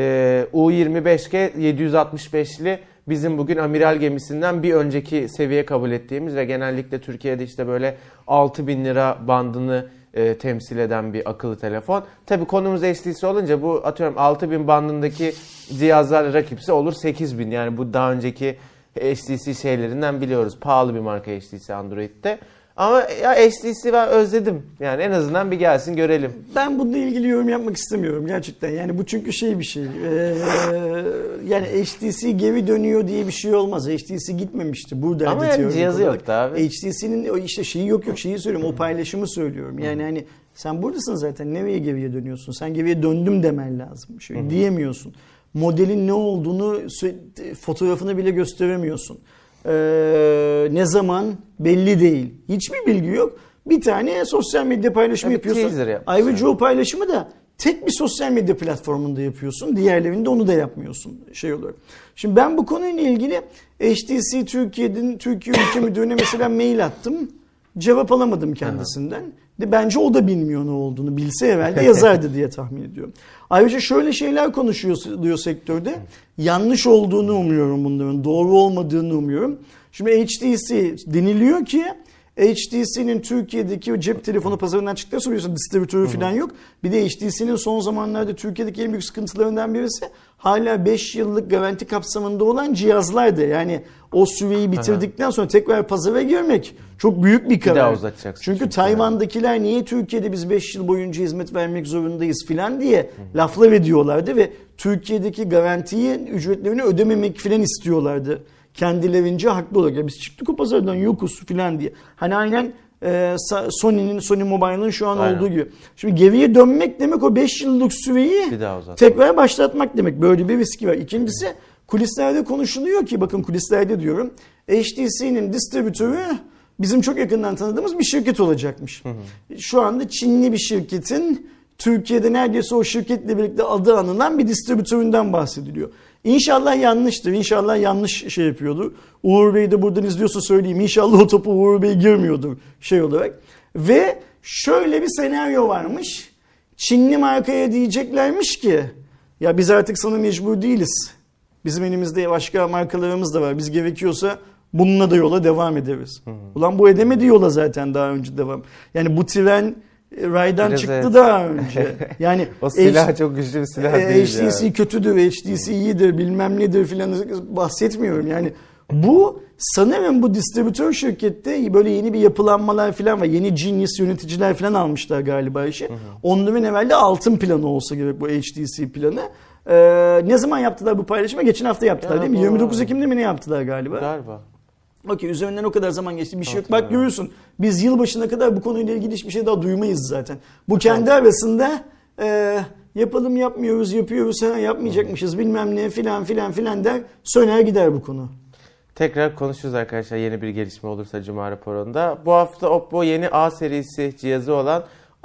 Speaker 1: U25G 765'li bizim bugün amiral gemisinden bir önceki seviye kabul ettiğimiz ve genellikle Türkiye'de işte böyle 6.000 lira bandını temsil eden bir akıllı telefon. Tabii konumuz HTC olunca bu atıyorum 6.000 bandındaki cihazlarla rakipse olur 8.000. Yani bu daha önceki HTC şeylerinden biliyoruz. Pahalı bir marka HTC Android'de. Ama ya HTC ben özledim. Yani en azından bir gelsin görelim.
Speaker 2: Ben bununla ilgili yorum yapmak istemiyorum gerçekten. Yani bu çünkü bir şey. Yani HTC geri dönüyor diye bir şey olmaz. HTC gitmemişti. Buradaydı.
Speaker 1: Ama yani cihazı yoktu abi.
Speaker 2: HTC'nin işte şeyi yok şeyi söylüyorum. O paylaşımı söylüyorum. Yani hani sen buradasın zaten. Nereye geriye dönüyorsun? Sen geriye döndüm demen lazım. Şöyle diyemiyorsun. Modelin ne olduğunu fotoğrafını bile gösteremiyorsun. Ne zaman belli değil. Hiçbir bilgi yok. Bir tane sosyal medya paylaşımı yapıyorsun. Ayrıca o paylaşımı da tek bir sosyal medya platformunda yapıyorsun. Diğerlerinde onu da yapmıyorsun şey olarak. Şimdi ben bu konuyla ilgili HTC Türkiye Ülke Müdürü'ne mesela mail attım. Cevap alamadım kendisinden. Bence o da bilmiyor ne olduğunu. Bilse evvelde yazardı diye tahmin ediyorum. Ayrıca şöyle şeyler konuşuyor sektörde. Yanlış olduğunu umuyorum bunların. Doğru olmadığını umuyorum. Şimdi HTC deniliyor ki HTC'nin Türkiye'deki cep telefonu pazarından çıktıktan sonra biliyorsun distribütörü falan yok. Bir de HTC'nin son zamanlarda Türkiye'deki en büyük sıkıntılarından birisi hala 5 yıllık garanti kapsamında olan cihazlardı. Yani o süreyi bitirdikten sonra tekrar pazara girmek çok büyük bir karar.
Speaker 1: Bir daha uzatacaksın.
Speaker 2: Çünkü Tayvan'dakiler niye Türkiye'de biz 5 yıl boyunca hizmet vermek zorundayız filan diye laflar ediyorlardı ve Türkiye'deki garantiyi ücretlerini ödememek filan istiyorlardı. Kendilerince haklı olarak. Ya biz çıktık o pazardan yokuz filan diye. Hani aynen Sony Mobile'ın şu an olduğu gibi. Şimdi geriye dönmek demek o 5 yıllık süreyi tekrar başlatmak demek. Böyle bir riski var. İkincisi kulislerde konuşuluyor ki bakın kulislerde diyorum. HTC'nin distribütörü bizim çok yakından tanıdığımız bir şirket olacakmış. Şu anda Çinli bir şirketin Türkiye'de neredeyse o şirketle birlikte adı anılan bir distribütöründen bahsediliyor. İnşallah yanlıştır. İnşallah yanlış şey yapıyordur. Uğur Bey de buradan izliyorsa söyleyeyim. İnşallah o topa Uğur Bey girmiyordur şey olarak. Ve şöyle bir senaryo varmış. Çinli markaya diyeceklermiş ki ya biz artık sana mecbur değiliz. Bizim elimizde başka markalarımız da var. Biz gerekiyorsa bununla da yola devam ederiz. Ulan bu edemedi yola zaten daha önce devam. Yani bu tren raydan çıktı daha önce. Yani
Speaker 1: o silah çok güçlü bir silah değil
Speaker 2: HTC kötüdür, HTC iyidir, bilmem nedir filan bahsetmiyorum. Yani bu sanırım bu distribütör şirkette böyle yeni bir yapılanmalar filan var. Yeni genius yöneticiler filan almışlar galiba işi. Onların evvelde altın planı olsa gerek bu HTC planı. Ne zaman yaptılar bu paylaşımı? Geçen hafta yaptılar değil mi? 29 Ekim'de mi ne yaptılar galiba?
Speaker 1: Galiba.
Speaker 2: Okey, üzerinden o kadar zaman geçti, bir şey yok. Bak görüyorsun, biz yılbaşına kadar bu konuyla ilgili hiçbir şey daha duymayız zaten. Bu kendi arasında yapalım yapmıyoruz, yapıyoruz, yapmayacakmışız bilmem ne filan der, söner gider bu konu.
Speaker 1: Tekrar konuşuruz arkadaşlar yeni bir gelişme olursa Cuma raporunda. Bu hafta Oppo yeni A serisi cihazı olan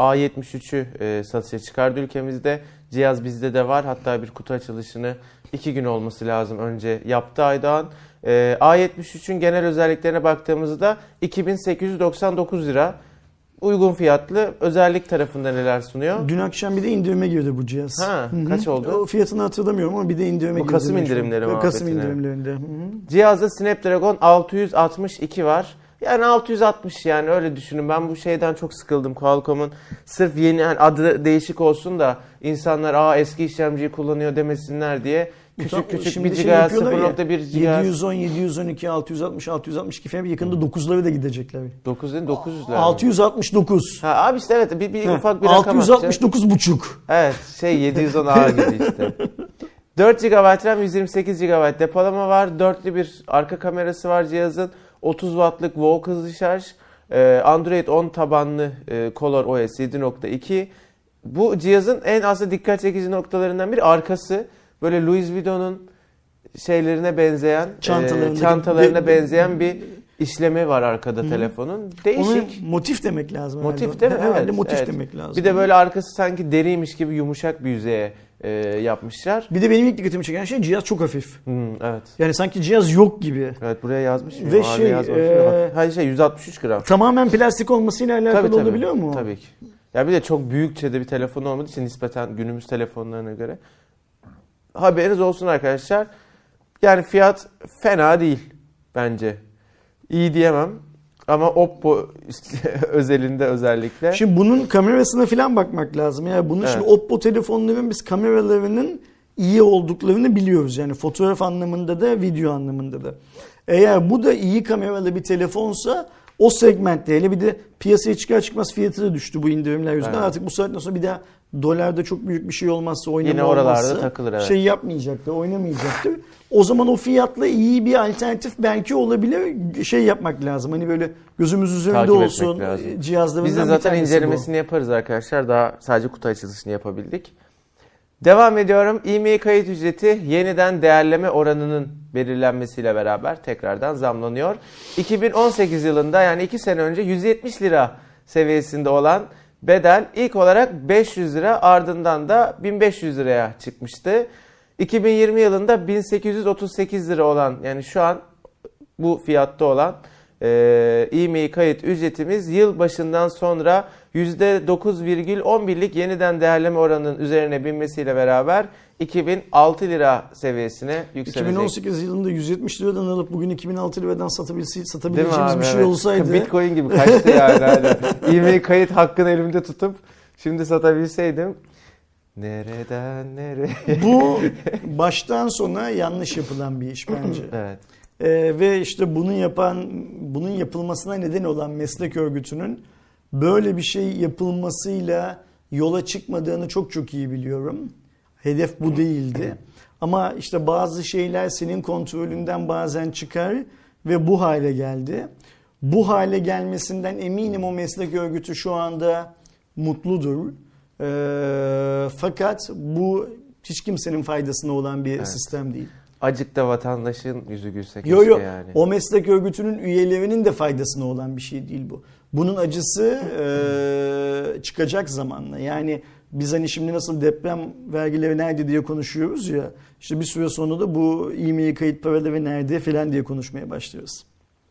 Speaker 1: A73'ü satışa çıkardı ülkemizde. Cihaz bizde de var. Hatta bir kutu açılışını 2 gün olması lazım önce yaptı Aydoğan. A73'ün genel özelliklerine baktığımızda 2899 lira. Uygun fiyatlı. Özellik tarafında neler sunuyor?
Speaker 2: Dün akşam bir de indirime girdi bu cihaz.
Speaker 1: Kaç oldu?
Speaker 2: O fiyatını hatırlamıyorum ama bir de indirime girdi.
Speaker 1: Bu Kasım indirimleri muhabbetine.
Speaker 2: Kasım indirimlerinde.
Speaker 1: Cihazda Snapdragon 662 var. Yani 660 yani öyle düşünün. Ben bu şeyden çok sıkıldım. Qualcomm'un sırf yeni yani adı değişik olsun da insanlar eski işlemciyi kullanıyor demesinler diye küçük 1 GB 0.1 GB
Speaker 2: 710, 712, 660, 662 falan yakında 9'ları da gidecekler.
Speaker 1: 9 değil 900'ler.
Speaker 2: 669.
Speaker 1: Abi işte evet bir ufak bir rakam
Speaker 2: 669 buçuk.
Speaker 1: Evet 710 A gibi işte. 4 GB RAM 128 GB depolama var. Dörtlü bir arka kamerası var cihazın. 30 wattlık VOOC hızlı şarj. Android 10 tabanlı ColorOS 7.2. Bu cihazın en aslında dikkat çekici noktalarından biri arkası. Böyle Louis Vuitton'un şeylerine benzeyen, çantalarına benzeyen bir işlemi var arkada telefonun. Değişik.
Speaker 2: Onu motif demek lazım.
Speaker 1: Motif değil mi?
Speaker 2: Evet, motif demek lazım.
Speaker 1: Bir de böyle arkası sanki deriymiş gibi yumuşak bir yüzeye yapmışlar.
Speaker 2: Bir de benim ilk dikkatimi çeken şey cihaz çok hafif.
Speaker 1: Evet.
Speaker 2: Yani sanki cihaz yok gibi.
Speaker 1: Evet buraya yazmış mı?
Speaker 2: Ve
Speaker 1: 163 gram.
Speaker 2: Tamamen plastik olmasıyla alakalı olabiliyor mu?
Speaker 1: Tabii ki. Ya bir de çok büyükçe de bir telefon olmadığı için nispeten günümüz telefonlarına göre. Haberiniz olsun arkadaşlar. Yani fiyat fena değil bence. İyi diyemem. Ama Oppo özelinde özellikle.
Speaker 2: Şimdi bunun kamerasına falan bakmak lazım. Yani bunun şimdi Oppo telefonların biz kameralarının iyi olduklarını biliyoruz. Yani fotoğraf anlamında da video anlamında da. Eğer bu da iyi kameralı bir telefonsa o segmentte hele bir de piyasaya çıkar çıkmaz fiyatı da düştü bu indirimler yüzünden. Evet. Artık bu saatten sonra bir daha dolarda çok büyük bir şey olmazsa
Speaker 1: yine oralarda takılır, evet.
Speaker 2: Şey yapmayacaktır, oynamayacaktır. O zaman o fiyatla iyi bir alternatif belki olabilir. Şey yapmak lazım. Hani böyle gözümüz üzerinde olsun cihazlarından.
Speaker 1: Biz de zaten incelemesini yaparız arkadaşlar. Daha sadece kutu açılışını yapabildik. Devam ediyorum. IMEI kayıt ücreti yeniden değerleme oranının belirlenmesiyle beraber tekrardan zamlanıyor. 2018 yılında yani 2 sene önce 170 lira seviyesinde olan bedel ilk olarak 500 lira, ardından da 1500 liraya çıkmıştı. 2020 yılında 1838 lira olan, yani şu an bu fiyatta olan e-mail kayıt ücretimiz yıl başından sonra %9,11'lik yeniden değerleme oranının üzerine binmesiyle beraber 2006 lira seviyesine yükselecek.
Speaker 2: 2018 yılında 170 liradan alıp bugün 2006 liradan satabileceğimiz
Speaker 1: abi,
Speaker 2: bir şey
Speaker 1: evet.
Speaker 2: olsaydı.
Speaker 1: Bitcoin gibi kaçtı yani. E-mail kayıt hakkını elimde tutup şimdi satabilseydim. Nereden nereye?
Speaker 2: Bu baştan sona yanlış yapılan bir iş bence.
Speaker 1: Evet.
Speaker 2: Ve işte bunun yapılmasına neden olan meslek örgütünün böyle bir şey yapılmasıyla yola çıkmadığını çok çok iyi biliyorum. Hedef bu değildi. Ama işte bazı şeyler senin kontrolünden bazen çıkar ve bu hale geldi. Bu hale gelmesinden eminim o meslek örgütü şu anda mutludur. Fakat bu hiç kimsenin faydasına olan bir sistem değil.
Speaker 1: Acık da vatandaşın yüzü gülse keşke
Speaker 2: Yo,
Speaker 1: yani.
Speaker 2: O meslek örgütünün üyelerinin de faydasına olan bir şey değil bu. Bunun acısı çıkacak zamanla. Yani biz hani şimdi nasıl deprem vergileri nerede diye konuşuyoruz ya. İşte bir süre sonra da bu e-mail kayıt paraları nerede falan diye konuşmaya başlıyoruz.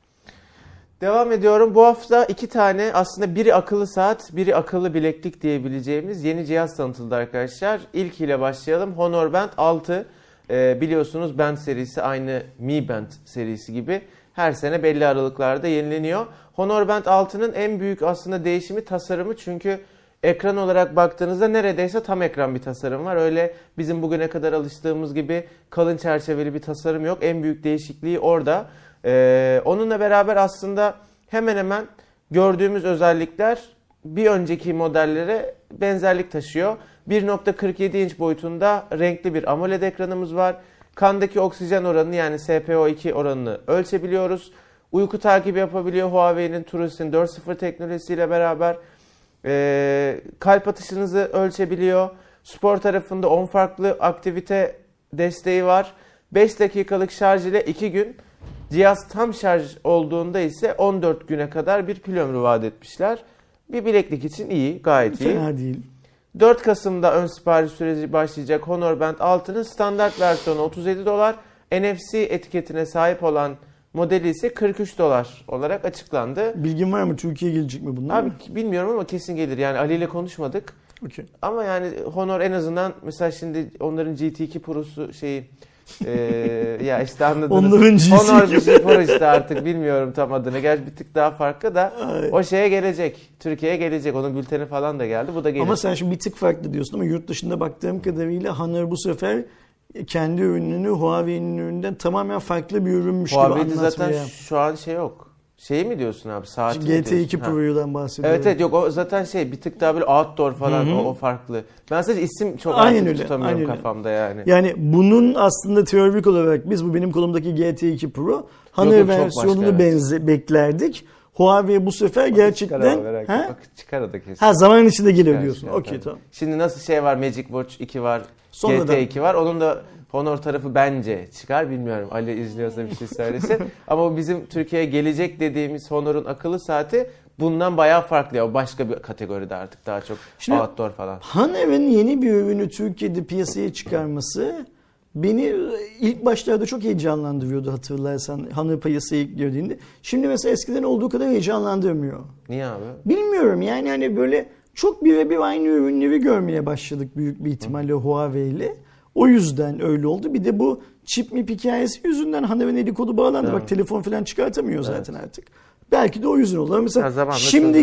Speaker 1: Devam ediyorum. Bu hafta 2 tane, aslında biri akıllı saat, biri akıllı bileklik diyebileceğimiz yeni cihaz tanıtıldı arkadaşlar. İlkiyle başlayalım. Honor Band 6. Biliyorsunuz Band serisi aynı Mi Band serisi gibi her sene belli aralıklarda yenileniyor. Honor Band 6'nın en büyük aslında değişimi tasarımı, çünkü ekran olarak baktığınızda neredeyse tam ekran bir tasarım var. Öyle bizim bugüne kadar alıştığımız gibi kalın çerçeveli bir tasarım yok. En büyük değişikliği orada. Onunla beraber aslında hemen hemen gördüğümüz özellikler bir önceki modellere benzerlik taşıyor. 1.47 inç boyutunda renkli bir AMOLED ekranımız var. Kandaki oksijen oranını, yani SpO2 oranını ölçebiliyoruz. Uyku takibi yapabiliyor Huawei'nin Truesin 4.0 teknolojisiyle beraber. Kalp atışınızı ölçebiliyor. Spor tarafında 10 farklı aktivite desteği var. 5 dakikalık şarj ile 2 gün. Cihaz tam şarj olduğunda ise 14 güne kadar bir pil ömrü vaat etmişler. Bir bileklik için iyi, gayet iyi.
Speaker 2: Fena değil.
Speaker 1: 4 Kasım'da ön sipariş süreci başlayacak Honor Band 6'nın standart versiyonu $37. NFC etiketine sahip olan modeli ise $43 olarak açıklandı.
Speaker 2: Bilgin var mı? Türkiye'ye gelecek mi bunlar?
Speaker 1: Abi bilmiyorum ama kesin gelir. Yani Ali ile konuşmadık.
Speaker 2: Okay.
Speaker 1: Ama yani Honor en azından, mesela şimdi onların GT2 Pro'su ya işte anladınız.
Speaker 2: Onların
Speaker 1: Honor bir şey Pro işte, artık bilmiyorum tam adını. Gerçi bir tık daha farklı da o şeye gelecek. Türkiye'ye gelecek. Onun bülteni falan da geldi. Bu da gelir.
Speaker 2: Ama sen şimdi bir tık farklı diyorsun, ama yurt dışında baktığım kadarıyla Honor bu sefer kendi ürününü Huawei'nin ürününden tamamen farklı bir ürünmüş gibi
Speaker 1: Huawei'de
Speaker 2: anlatmaya.
Speaker 1: zaten şu an yok. Şeyi mi diyorsun abi? Saati mi diyorsun?
Speaker 2: GT2 Pro'dan bahsediyorum.
Speaker 1: Evet yok, o zaten bir tık daha böyle outdoor falan, o farklı. Ben sadece isim çok
Speaker 2: Aynen
Speaker 1: artık
Speaker 2: öyle,
Speaker 1: tutamıyorum
Speaker 2: aynen
Speaker 1: kafamda yani.
Speaker 2: Yani bunun aslında teorik olarak biz bu benim kolumdaki GT2 Pro Honor
Speaker 1: çok
Speaker 2: versiyonunu
Speaker 1: başka,
Speaker 2: beklerdik. Huawei bu sefer gerçekten
Speaker 1: çıkar o da kesin.
Speaker 2: Ha, zaman içinde geliyor diyorsun. Okey, tamam.
Speaker 1: Şimdi nasıl var, Magic Watch 2 var,
Speaker 2: Sonradan.
Speaker 1: GT2 var. Onun da Honor tarafı bence çıkar, bilmiyorum. Ali izliyorsa bir şey söylesin. Ama bizim Türkiye'ye gelecek dediğimiz Honor'un akıllı saati bundan bayağı farklı. O başka bir kategoride artık, daha çok
Speaker 2: Şimdi,
Speaker 1: outdoor falan.
Speaker 2: Honor'ın yeni bir ürünü Türkiye'de piyasaya çıkarması beni ilk başlarda çok heyecanlandırıyordu, hatırlarsan Honor piyasaya ilk girdiğinde. Şimdi mesela eskiden olduğu kadar heyecanlandırmıyor.
Speaker 1: Niye abi?
Speaker 2: Bilmiyorum yani, hani böyle çok birebir aynı ürünleri görmeye başladık büyük bir ihtimalle Huawei ile. O yüzden öyle oldu. Bir de bu chip mip hikayesi yüzünden Honor'ın eli kolu bağlandı. Evet. Bak telefon falan çıkartamıyor zaten artık. Belki de o yüzden olur. Mesela şimdi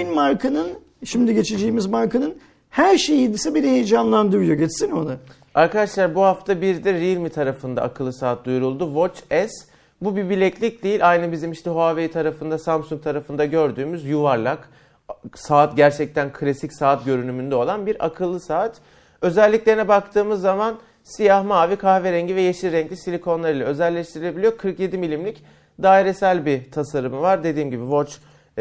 Speaker 2: geçeceğimiz markanın her şeyi ise beni heyecanlandırıyor. Geçsene ona.
Speaker 1: Arkadaşlar bu hafta bir de Realme tarafında akıllı saat duyuruldu. Watch S. Bu bir bileklik değil. Aynı bizim Huawei tarafında, Samsung tarafında gördüğümüz yuvarlak saat, gerçekten klasik saat görünümünde olan bir akıllı saat. Özelliklerine baktığımız zaman siyah, mavi, kahverengi ve yeşil renkli silikonlarıyla özelleştirilebiliyor. 47 milimlik dairesel bir tasarımı var. Dediğim gibi Watch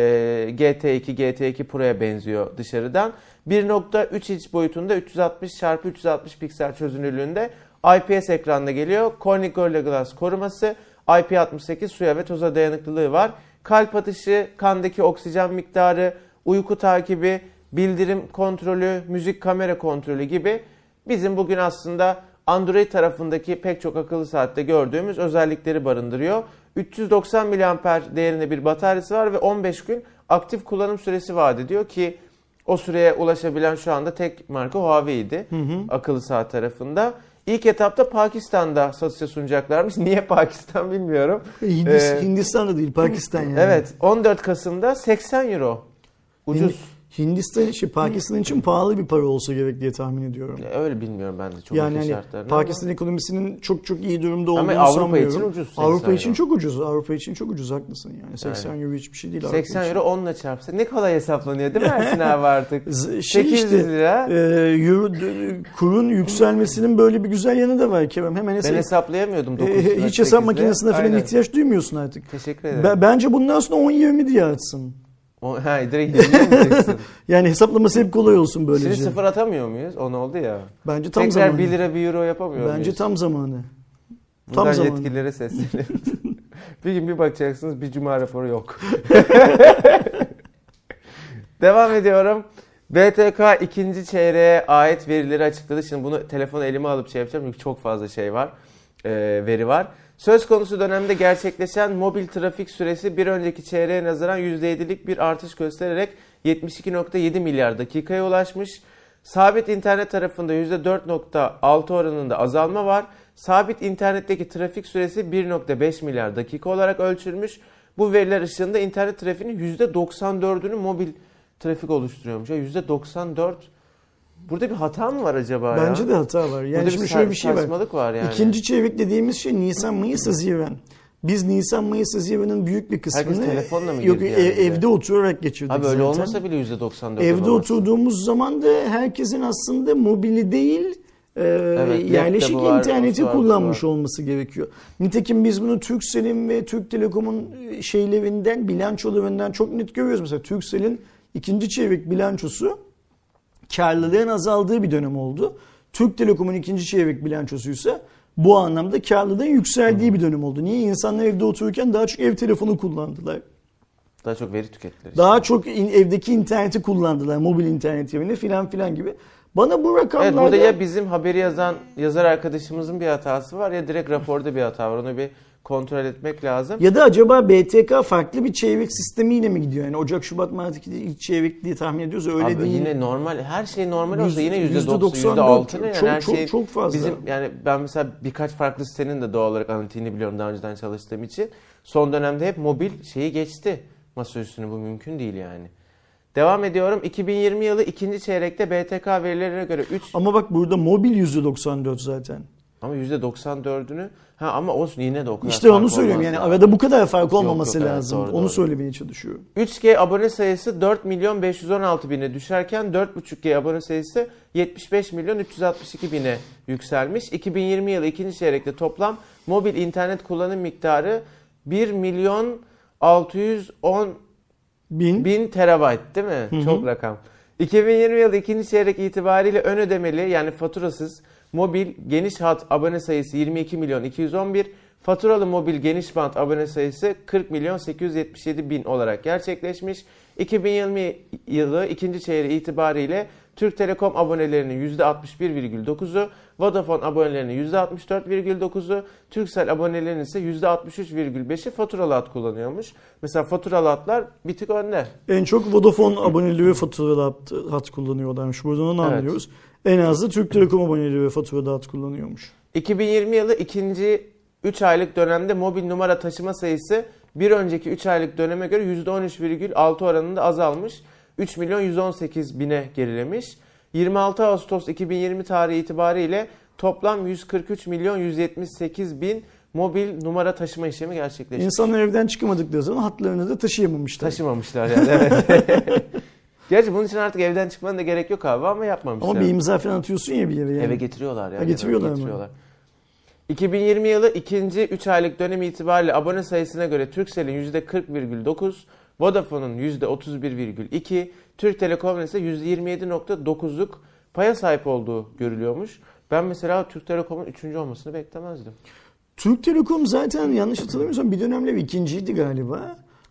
Speaker 1: GT2 Pro'ya benziyor dışarıdan. 1.3 inç boyutunda 360x360 piksel çözünürlüğünde IPS ekranda geliyor. Corning Gorilla Glass koruması, IP68 suya ve toza dayanıklılığı var. Kalp atışı, kandaki oksijen miktarı, uyku takibi, bildirim kontrolü, müzik kamera kontrolü gibi bizim bugün aslında Android tarafındaki pek çok akıllı saatte gördüğümüz özellikleri barındırıyor. 390 mAh değerinde bir bataryası var ve 15 gün aktif kullanım süresi vaat ediyor ki o süreye ulaşabilen şu anda tek marka Huawei'ydi akıllı saat tarafında. İlk etapta Pakistan'da satışa sunacaklarmış. Niye Pakistan bilmiyorum.
Speaker 2: Hindistan'da değil, Pakistan yani.
Speaker 1: Evet, 14 Kasım'da 80 euro. Ucuz.
Speaker 2: Hindistan için, Pakistan için pahalı bir para olsa gerek diye tahmin ediyorum.
Speaker 1: Öyle bilmiyorum ben de çok
Speaker 2: yani
Speaker 1: ülke
Speaker 2: hani
Speaker 1: şartlarını.
Speaker 2: Pakistan ekonomisinin çok iyi durumda
Speaker 1: ama
Speaker 2: olduğunu
Speaker 1: Avrupa
Speaker 2: sanmıyorum.
Speaker 1: için ucuz.
Speaker 2: Avrupa için
Speaker 1: euro.
Speaker 2: çok ucuz. Avrupa için çok ucuz, haklısın yani. 80 euro hiçbir şey değil.
Speaker 1: 80 euro 10 ile çarpsa ne kolay hesaplanıyor değil mi Ersin abi artık? 800 lira.
Speaker 2: Euro, kurun yükselmesinin böyle bir güzel yanı da var Kerem. Hemen
Speaker 1: Ben hesaplayamıyordum 9 lira.
Speaker 2: hiç hesap makinesine falan ihtiyaç duymuyorsun artık.
Speaker 1: Teşekkür ederim.
Speaker 2: Bence bundan sonra 10-20 diye açsın.
Speaker 1: Direkt 20 mi çeksin?
Speaker 2: Yani hesaplaması hep kolay olsun böylece.
Speaker 1: Şimdi sıfır atamıyor muyuz? 10 oldu ya.
Speaker 2: Bence tam
Speaker 1: tekrar
Speaker 2: zamanı.
Speaker 1: 1 lira 1 euro yapamıyor muyuz?
Speaker 2: Bence tam zamanı.
Speaker 1: Buradan yetkililere sesleniyoruz. Bir gün bir bakacaksınız bir cuma raporu yok. Devam ediyorum. BTK ikinci çeyreğe ait verileri açıkladı. Şimdi bunu telefonu elime alıp yapacağım çünkü çok fazla şey var. Veri var. Söz konusu dönemde gerçekleşen mobil trafik süresi bir önceki çeyreğe nazaran %7'lik bir artış göstererek 72.7 milyar dakikaya ulaşmış. Sabit internet tarafında %4.6 oranında azalma var. Sabit internetteki trafik süresi 1.5 milyar dakika olarak ölçülmüş. Bu veriler ışığında internet trafiğinin %94'ünü mobil trafik oluşturuyormuş. %94. Burada bir hata mı var acaba ya?
Speaker 2: Bence de hata var. Yani
Speaker 1: burada
Speaker 2: şimdi şöyle bir şey var.
Speaker 1: var yani.
Speaker 2: İkinci çeyrek dediğimiz şey Nisan, Mayıs, Haziran. Biz Nisan, Mayıs, Haziran'ın büyük bir kısmını
Speaker 1: telefonla mı
Speaker 2: yok,
Speaker 1: girdi yani?
Speaker 2: evde oturarak geçirdik
Speaker 1: abi
Speaker 2: zaten.
Speaker 1: öyle olmasa bile %94
Speaker 2: evde
Speaker 1: olamaz.
Speaker 2: oturduğumuz zaman da herkesin aslında mobili değil yerleşik
Speaker 1: var,
Speaker 2: interneti
Speaker 1: var,
Speaker 2: kullanmış
Speaker 1: var.
Speaker 2: olması gerekiyor. Nitekim biz bunu Turkcell'in ve Türk Telekom'un şeylerinden, bilançolarından çok net görüyoruz. Mesela Turkcell'in ikinci çeyrek bilançosu karlılığın azaldığı bir dönem oldu. Türk Telekom'un ikinci çeyrek bilançosuysa bu anlamda karlılığın yükseldiği bir dönem oldu. Niye? İnsanlar evde otururken daha çok ev telefonu kullandılar.
Speaker 1: Daha çok veri tükettiler.
Speaker 2: Daha çok evdeki interneti kullandılar. Mobil internet yerine filan gibi. Bana bu rakamlarda...
Speaker 1: Evet, burada ya bizim haberi yazan yazar arkadaşımızın bir hatası var ya direkt raporda bir hata var. Onu bir kontrol etmek lazım.
Speaker 2: Ya da acaba BTK farklı bir çeyrek sistemiyle mi gidiyor? Yani Ocak, Şubat, Mart ilk çeyrek diye tahmin ediyoruz. Öyle
Speaker 1: abi
Speaker 2: değil.
Speaker 1: Yine normal. Her şey normal olsa yine
Speaker 2: %94,
Speaker 1: %6 ne? Yani her şey
Speaker 2: çok fazla.
Speaker 1: Bizim yani ben mesela birkaç farklı sitenin de doğal olarak analitiğini biliyorum daha önceden çalıştığım için. Son dönemde hep mobil şeyi geçti. Masa üstünü bu mümkün değil yani. Devam ediyorum. 2020 yılı ikinci çeyrekte BTK verilerine göre 3...
Speaker 2: Ama bak burada mobil %94 zaten.
Speaker 1: Ama %94'ünü... ama olsun yine de o kadar
Speaker 2: İşte onu söylüyorum yani arada bu kadar fark olmaması lazım.
Speaker 1: Evet,
Speaker 2: onu söylemeye çalışıyorum.
Speaker 1: 3G abone sayısı 4.516.000'e düşerken 4.5G abone sayısı 75.362.000'e yükselmiş. 2020 yılı ikinci çeyrekte toplam mobil internet kullanım miktarı 1.610.000 terabayt değil mi?
Speaker 2: Hı-hı.
Speaker 1: Çok rakam. 2020 yılı ikinci çeyrek itibariyle ön ödemeli yani faturasız mobil geniş hat abone sayısı 22.211.000, faturalı mobil geniş bant abone sayısı 40.877.000 olarak gerçekleşmiş. 2020 yılı ikinci çeyreği itibariyle Türk Telekom abonelerinin %61,9'u, Vodafone abonelerinin %64,9'u, Turkcell abonelerinin ise %63,5'i faturalı hat kullanıyormuş. Mesela faturalı hatlar bir tık önde.
Speaker 2: En çok Vodafone aboneleri ve faturalı hat kullanıyorlarmış. Buradan onu anlıyoruz. En az da Türk Telekom aboneleri ve faturalı hat kullanıyormuş.
Speaker 1: 2020 yılı ikinci 3 aylık dönemde mobil numara taşıma sayısı bir önceki 3 aylık döneme göre %13,6 oranında azalmış. 3.118.000'e gerilemiş. 26 Ağustos 2020 tarihi itibariyle toplam 143.178.000 mobil numara taşıma işlemi gerçekleşmiş.
Speaker 2: İnsanlar evden çıkamadıkları zaman hatlarını da taşıyamamışlar.
Speaker 1: Taşımamışlar yani evet. Gerçi bunun için artık evden çıkmanın da gerek yok abi ama yapmamışlar.
Speaker 2: Ama bir imza falan atıyorsun ya bir yere. Yani.
Speaker 1: Eve getiriyorlar yani.
Speaker 2: Getiriyorlar mı?
Speaker 1: 2020 yılı ikinci 3 aylık dönem itibariyle abone sayısına göre Turkcell'in %40,9, Vodafone'un %31,2, Türk Telekom'un ise %27,9'luk paya sahip olduğu görülüyormuş. Ben mesela Türk Telekom'un 3. olmasını beklemezdim.
Speaker 2: Türk Telekom zaten yanlış hatırlamıyorsam bir dönemler ikinciydi galiba.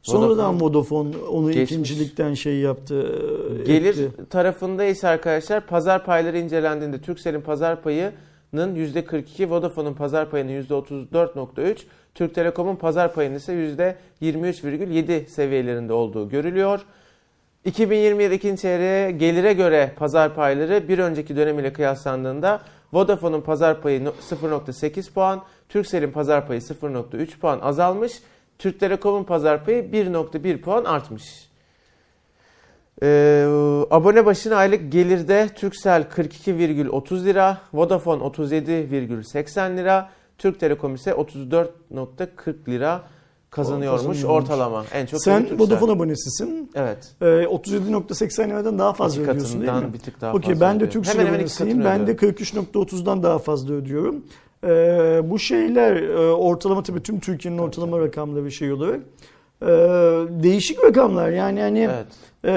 Speaker 2: Sonradan Vodafone onu
Speaker 1: geçmiş.
Speaker 2: ikincilikten şey yaptı.
Speaker 1: Gelir
Speaker 2: etti.
Speaker 1: tarafında ise arkadaşlar pazar payları incelendiğinde Turkcell'in pazar payının %42, Vodafone'un pazar payının %34.3, Türk Telekom'un pazar payının ise %23,7 seviyelerinde olduğu görülüyor. 2027 ikinci çeyreğe gelire göre pazar payları bir önceki dönem ile kıyaslandığında Vodafone'un pazar payı 0.8 puan, Turkcell'in pazar payı 0.3 puan azalmış, Türk Telekom'un pazar payı 1.1 puan artmış. Abone başına aylık gelirde Turkcell 42,30 lira, Vodafone 37,80 lira, Türk Telekom ise 34,40 lira kazanıyormuş ortalama. En çok
Speaker 2: sen Vodafone abonesisin.
Speaker 1: Evet.
Speaker 2: 37.80 liradan daha fazla
Speaker 1: İki
Speaker 2: ödüyorsun değil mi?
Speaker 1: bir tık daha fazla.
Speaker 2: Okey, ben de
Speaker 1: ödüyorum.
Speaker 2: Turkcell
Speaker 1: Hemen iki
Speaker 2: abonesiyim.
Speaker 1: katını
Speaker 2: Ben de
Speaker 1: ödüyorum.
Speaker 2: 43.30'dan daha fazla ödüyorum. Bu şeyler ortalama, tabii tüm Türkiye'nin ortalama rakamları bir şey olarak. Değişik rakamlar yani hani
Speaker 1: Evet.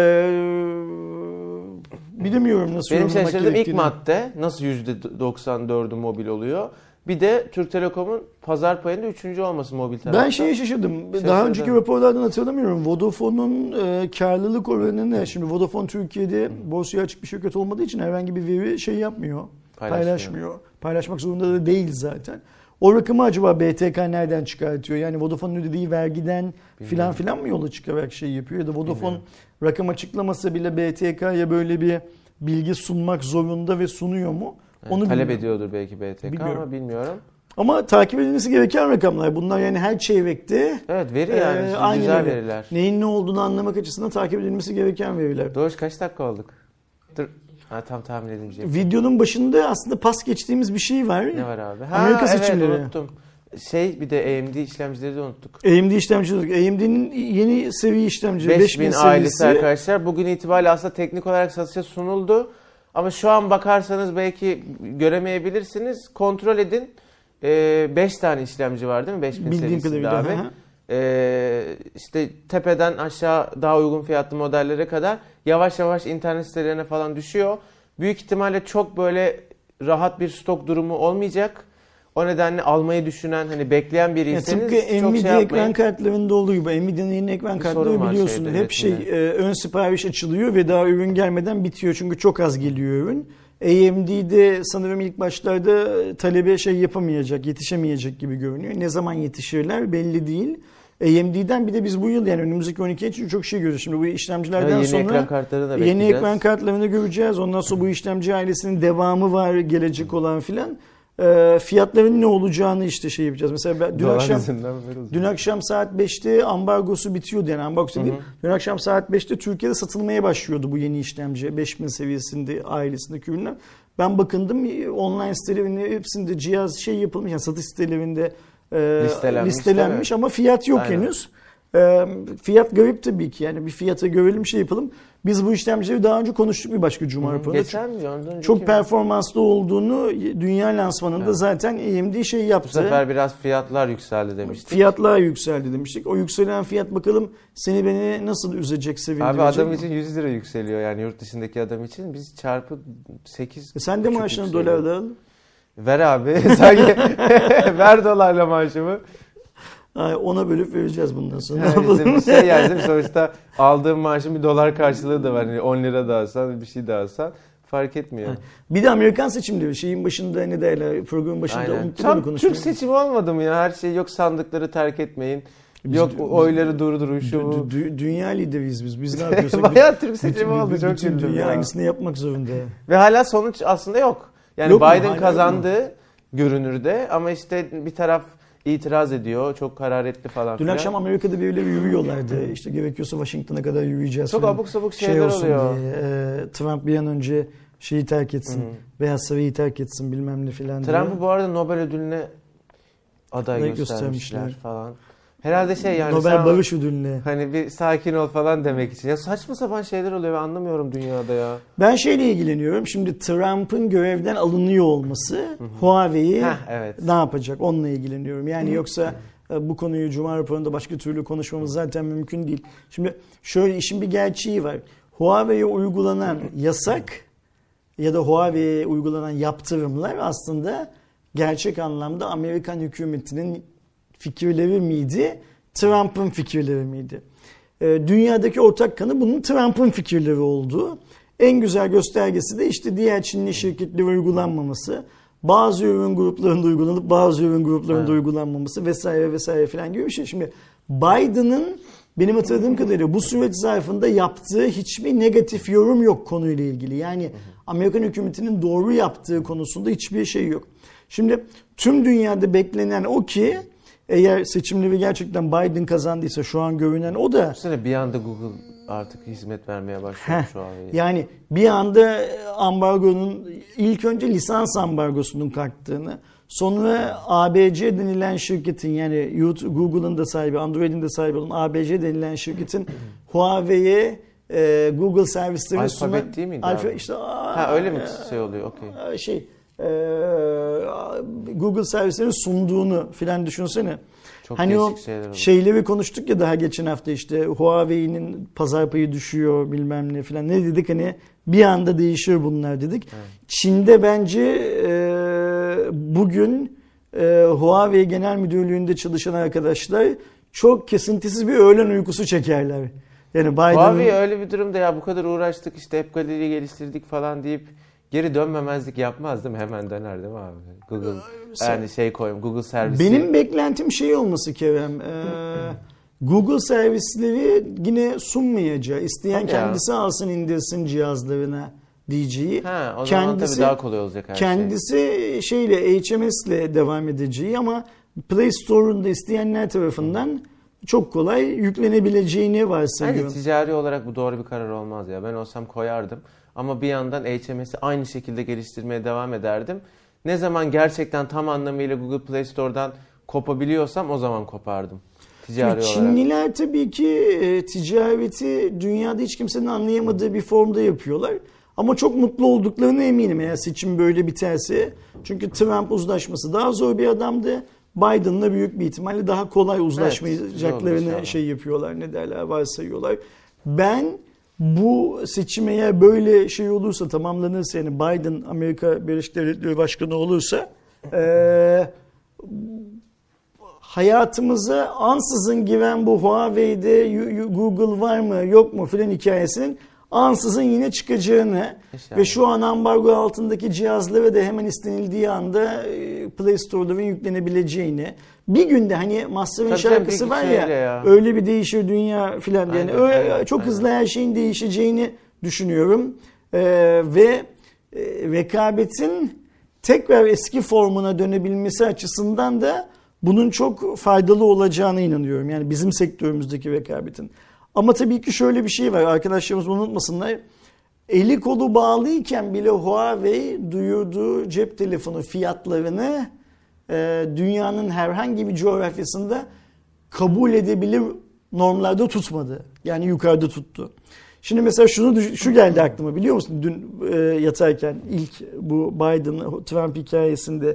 Speaker 2: bilemiyorum nasıl
Speaker 1: Benim
Speaker 2: yorumlamak
Speaker 1: şaşırdığım ilk
Speaker 2: gerektiğini.
Speaker 1: madde nasıl %94'ü mobil oluyor. Bir de Türk Telekom'un pazar payında 3. olması mobil tarafta.
Speaker 2: Ben şeye şaşırdım. Daha önceki raporlardan hatırlamıyorum. Vodafone'un karlılık oranı ne? Şimdi Vodafone Türkiye'de borsaya açık bir şirket olmadığı için herhangi bir veri şey yapmıyor. Paylaşmıyor. Paylaşmak zorunda da değil zaten. O rakamı acaba BTK nereden çıkartıyor? Yani Vodafone'un ödediği vergiden filan mı yola çıkarak şey yapıyor? Ya da Vodafone rakam açıklamasa bile BTK'ya böyle bir bilgi sunmak zorunda ve sunuyor mu? Onu
Speaker 1: talep ediyordur belki BTK
Speaker 2: bilmiyorum.
Speaker 1: ama bilmiyorum.
Speaker 2: Ama takip edilmesi gereken rakamlar. Bunlar yani her çeyrekte
Speaker 1: Evet, veri yani
Speaker 2: aynı
Speaker 1: güzel
Speaker 2: veri.
Speaker 1: veriler.
Speaker 2: Neyin ne olduğunu anlamak açısından takip edilmesi gereken veriler.
Speaker 1: Doğuş kaç dakika olduk? Dur. Tam tahmin edemeyeceğim.
Speaker 2: Videonun başında aslında pas geçtiğimiz bir şey var.
Speaker 1: Ne var abi?
Speaker 2: Amerika seçimleri.
Speaker 1: Evet, unuttum. Bir de AMD işlemcileri de unuttuk.
Speaker 2: AMD işlemcileri. AMD'nin yeni seviye işlemci
Speaker 1: 5000 ailesi
Speaker 2: serisi.
Speaker 1: arkadaşlar. Bugün itibariyle aslında teknik olarak satışa sunuldu. Ama şu an bakarsanız belki göremeyebilirsiniz. Kontrol edin. 5 tane işlemci var değil mi? 5000
Speaker 2: Bildiğim
Speaker 1: serisinde
Speaker 2: kadarıyla.
Speaker 1: abi. İşte tepeden aşağı daha uygun fiyatlı modellere kadar yavaş yavaş internet sitelerine falan düşüyor. Büyük ihtimalle çok böyle rahat bir stok durumu olmayacak. O nedenle almayı düşünen, hani bekleyen biriyseniz
Speaker 2: tıpkı
Speaker 1: çok şey
Speaker 2: Nvidia
Speaker 1: yapmayın.
Speaker 2: ekran kartlarında olduğu gibi. Nvidia'nın yeni ekran kartları biliyorsun. Hep ön sipariş açılıyor ve daha ürün gelmeden bitiyor. Çünkü çok az geliyor ürün. AMD'de sanırım ilk başlarda talebe yapamayacak, yetişemeyecek gibi görünüyor. Ne zaman yetişirler belli değil. AMD'den bir de biz bu yıl yani önümüzdeki 12 için çok şey görüyoruz. Şimdi bu işlemcilerden
Speaker 1: yeni
Speaker 2: sonra
Speaker 1: ekran kartları da
Speaker 2: yeni
Speaker 1: bekleyeceğiz.
Speaker 2: ekran kartlarını göreceğiz. Ondan sonra bu işlemci ailesinin devamı var gelecek olan filan. Fiyatların ne olacağını işte yapacağız. Mesela dün akşam saat 5'te ambargosu bitiyordu, yani ambargosu değil. Dün akşam saat 5'te Türkiye'de satılmaya başlıyordu bu yeni işlemci. 5000 seviyesinde ailesindeki ürünler. Ben bakındım online sitelerinde hepsinde cihaz yapılmış. Yani satış sitelerinde listelenmiş ama fiyat yok henüz. Fiyat garip tabii ki. Yani bir fiyata görelim yapalım. Biz bu işlemcileri daha önce konuştuk bir başka Cuma raporunda. Çok performanslı olduğunu dünya lansmanında zaten AMD yaptı.
Speaker 1: Bu sefer biraz fiyatlar yükseldi demiştik.
Speaker 2: Fiyatlar yükseldi demiştik. O yükselen fiyat bakalım seni beni nasıl üzecek, sevindirecek.
Speaker 1: Abi adam için 100 lira yükseliyor yani yurt dışındaki adam için. Biz çarpı 8.
Speaker 2: Sen de maaşını dolarla al.
Speaker 1: Ver abi. Sanki ver dolarla maaşımı.
Speaker 2: Ona bölüp vereceğiz bundan sonra.
Speaker 1: Yani sonuçta aldığım maaşın bir dolar karşılığı da var. Yani 10 lira da alsan bir şey de alsan fark etmiyor.
Speaker 2: Bir de Amerikan seçimleri şeyin başında ne derler, programın başında
Speaker 1: tam Türk seçimi olmadı mı ya? Her şey yok, sandıkları terk etmeyin. Yok oyları durdurun şu.
Speaker 2: Dünya lideriyiz biz ne yapıyorsak.
Speaker 1: Bayağı Türk seçimi oldu, çok
Speaker 2: bütün dünya aynısını yapmak zorunda.
Speaker 1: Ve hala sonuç aslında yok. Yani yok Biden kazandı görünürde ama işte bir taraf itiraz ediyor. Çok hararetli falan
Speaker 2: Dün akşam Amerika'da birileri yürüyorlardı. İşte gerekiyorsa Washington'a kadar yürüyeceğiz.
Speaker 1: Çok abuk sabuk şeyler oluyor.
Speaker 2: Trump bir an önce terk etsin. Beyaz Sarayı terk etsin bilmem ne filan diye.
Speaker 1: Trump'ı bu arada Nobel ödülüne aday göstermişler falan. Herhalde yani
Speaker 2: Nobel Barış Ödülü'ne.
Speaker 1: Hani bir sakin ol falan demek için. Ya saçma sapan şeyler oluyor, ben anlamıyorum dünyada ya.
Speaker 2: Ben şeyle ilgileniyorum. Şimdi Trump'ın görevden alınıyor olması Huawei'yi ne yapacak? Onunla ilgileniyorum. Yani yoksa bu konuyu Cuma raporunda başka türlü konuşmamız zaten mümkün değil. Şimdi şöyle işin bir gerçeği var. Huawei'ye uygulanan yasak ya da Huawei'ye uygulanan yaptırımlar aslında gerçek anlamda Amerikan hükümetinin fikirleri miydi, Trump'ın fikirleri miydi? dünyadaki ortak kanı bunun Trump'ın fikirleri olduğu. En güzel göstergesi de işte diğer Çinli şirketleri uygulanmaması, bazı ürün gruplarında uygulanıp bazı ürün gruplarında uygulanmaması vesaire vesaire filan gibi bir şey. Şimdi Biden'ın benim hatırladığım kadarıyla bu süreç zarfında yaptığı hiçbir negatif yorum yok konuyla ilgili. Yani Amerikan hükümetinin doğru yaptığı konusunda hiçbir şey yok. Şimdi tüm dünyada beklenen o ki eğer seçimleri gerçekten Biden kazandıysa şu an görünen o da...
Speaker 1: Bir anda Google artık hizmet vermeye başladı şu an.
Speaker 2: Yani bir anda ambargonun ilk önce lisans ambargosunun kalktığını, sonra ABC denilen şirketin yani Google'ın da sahibi, Android'in de sahibi olan ABC denilen şirketin Huawei'ye Google servisleri sunan...
Speaker 1: Alfabet değil miydi abi?
Speaker 2: İşte,
Speaker 1: öyle mi şey oluyor? Okey.
Speaker 2: Google servisleri sunduğunu filan düşünsene.
Speaker 1: Çok
Speaker 2: hani o şeyleri konuştuk ya daha geçen hafta işte Huawei'nin pazar payı düşüyor bilmem ne filan. Ne dedik hani bir anda değişiyor bunlar dedik. Evet. Çin'de bence bugün Huawei Genel Müdürlüğü'nde çalışan arkadaşlar çok kesintisiz bir öğlen uykusu çekerler. Yani
Speaker 1: Huawei öyle bir durumda ya bu kadar uğraştık işte App Gallery'yi geliştirdik falan deyip geri dönmemezlik yapmaz değil mi? Hemen döner değil mi abi? Google yani Google servisi.
Speaker 2: Benim beklentim şey olması Kerem. Google servisleri yine sunmayacağı. İsteyen kendisi alsın indirsin cihazlarına diyeceği.
Speaker 1: O zaman tabii daha kolay olacak her
Speaker 2: kendisi HMS'le devam edeceği ama Play Store'un da isteyenler tarafından çok kolay yüklenebileceğini varsayıyorum.
Speaker 1: Bence ticari olarak bu doğru bir karar olmaz ya. Ben olsam koyardım. Ama bir yandan HMS'i aynı şekilde geliştirmeye devam ederdim. Ne zaman gerçekten tam anlamıyla Google Play Store'dan kopabiliyorsam o zaman kopardım. Ticari olarak.
Speaker 2: Çinliler tabii ki ticareti dünyada hiç kimsenin anlayamadığı bir formda yapıyorlar. Ama çok mutlu olduklarına eminim eğer seçim böyle biterse. Çünkü Trump uzlaşması daha zor bir adamdı. Biden'la büyük bir ihtimalle daha kolay uzlaşmayacaklarını yapıyorlar, ne derler, varsayıyorlar. Ben bu seçim eğer böyle şey olursa, tamamlanırsa, yani Biden Amerika Birleşik Devletleri Başkanı olursa hayatımıza ansızın giren bu Huawei'de Google var mı yok mu filan hikayesinin ansızın yine çıkacağını ve şu an ambargo altındaki cihazlara da hemen istenildiği anda Play Store'ların yüklenebileceğini, bir günde hani Mazhar'ın şarkısı var ya öyle bir değişir dünya filan, yani çok hızlı her şeyin değişeceğini düşünüyorum ve rekabetin tekrar eski formuna dönebilmesi açısından da bunun çok faydalı olacağına inanıyorum. Yani bizim sektörümüzdeki rekabetin. Ama tabii ki şöyle bir şey var. Arkadaşlarımız bunu unutmasınlar. Eli kolu bağlıyken bile Huawei duyurduğu cep telefonu fiyatlarını dünyanın herhangi bir coğrafyasında kabul edebilir normlarda tutmadı. Yani yukarıda tuttu. Şimdi mesela şu geldi aklıma, biliyor musun? Dün yatarken ilk bu Biden-Trump hikayesinde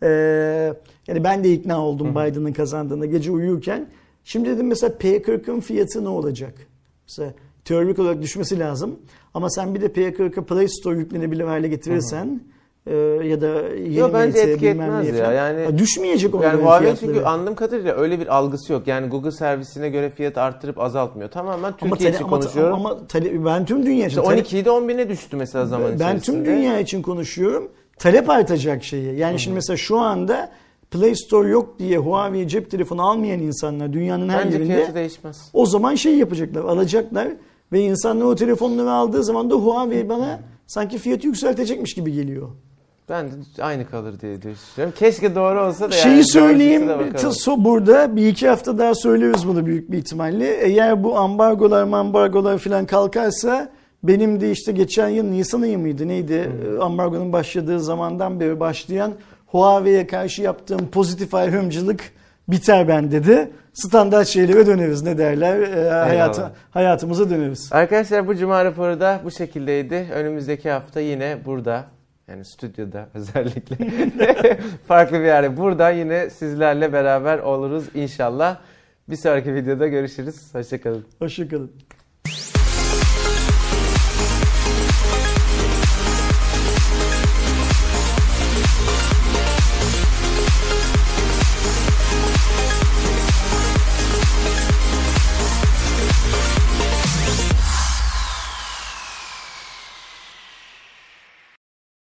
Speaker 2: yani ben de ikna oldum Biden'ın kazandığına gece uyurken. Şimdi dedim mesela P40'ın fiyatı ne olacak? Mesela teorik olarak düşmesi lazım. Ama sen bir de P40'a Play Store yüklenebilir hale getirirsen ya da yeni
Speaker 1: bence etki etmez ya. Yani
Speaker 2: düşmeyecek onların
Speaker 1: Huawei
Speaker 2: fiyatları.
Speaker 1: Çünkü anladığım kadarıyla öyle bir algısı yok. Yani Google servisine göre fiyat arttırıp azaltmıyor. Tamamen Türkiye için konuşuyorum.
Speaker 2: Ama ben tüm dünya için.
Speaker 1: 12'yi de 10.000'e düştü mesela zaman içerisinde.
Speaker 2: Ben tüm dünya için konuşuyorum. Talep artacak şeyi. Yani şimdi mesela şu anda Play Store yok diye Huawei cep telefonu almayan insanlar dünyanın her yerinde.
Speaker 1: Bence fiyatı değişmez.
Speaker 2: O zaman yapacaklar, alacaklar ve insanlar o telefonları aldığı zaman da Huawei bana sanki fiyatı yükseltecekmiş gibi geliyor.
Speaker 1: Ben de aynı kalır diye düşünüyorum. Keşke doğru olsa da
Speaker 2: Şeyi söyleyeyim, burada bir iki hafta daha söyleriz bunu büyük bir ihtimalle. Eğer bu ambargolar falan kalkarsa, benim de işte geçen yıl Nisan ayı mıydı neydi ambargonun başladığı zamandan beri başlayan Huawei'ye karşı yaptığım pozitif ayrımcılık biter bende de. Standart şeylere döneriz, ne derler, hayatımıza döneriz.
Speaker 1: Arkadaşlar bu Cuma raporu da bu şekildeydi. Önümüzdeki hafta yine burada, yani stüdyoda özellikle farklı bir yerde. Burada yine sizlerle beraber oluruz inşallah. Bir sonraki videoda görüşürüz. Hoşçakalın.
Speaker 2: Hoşçakalın.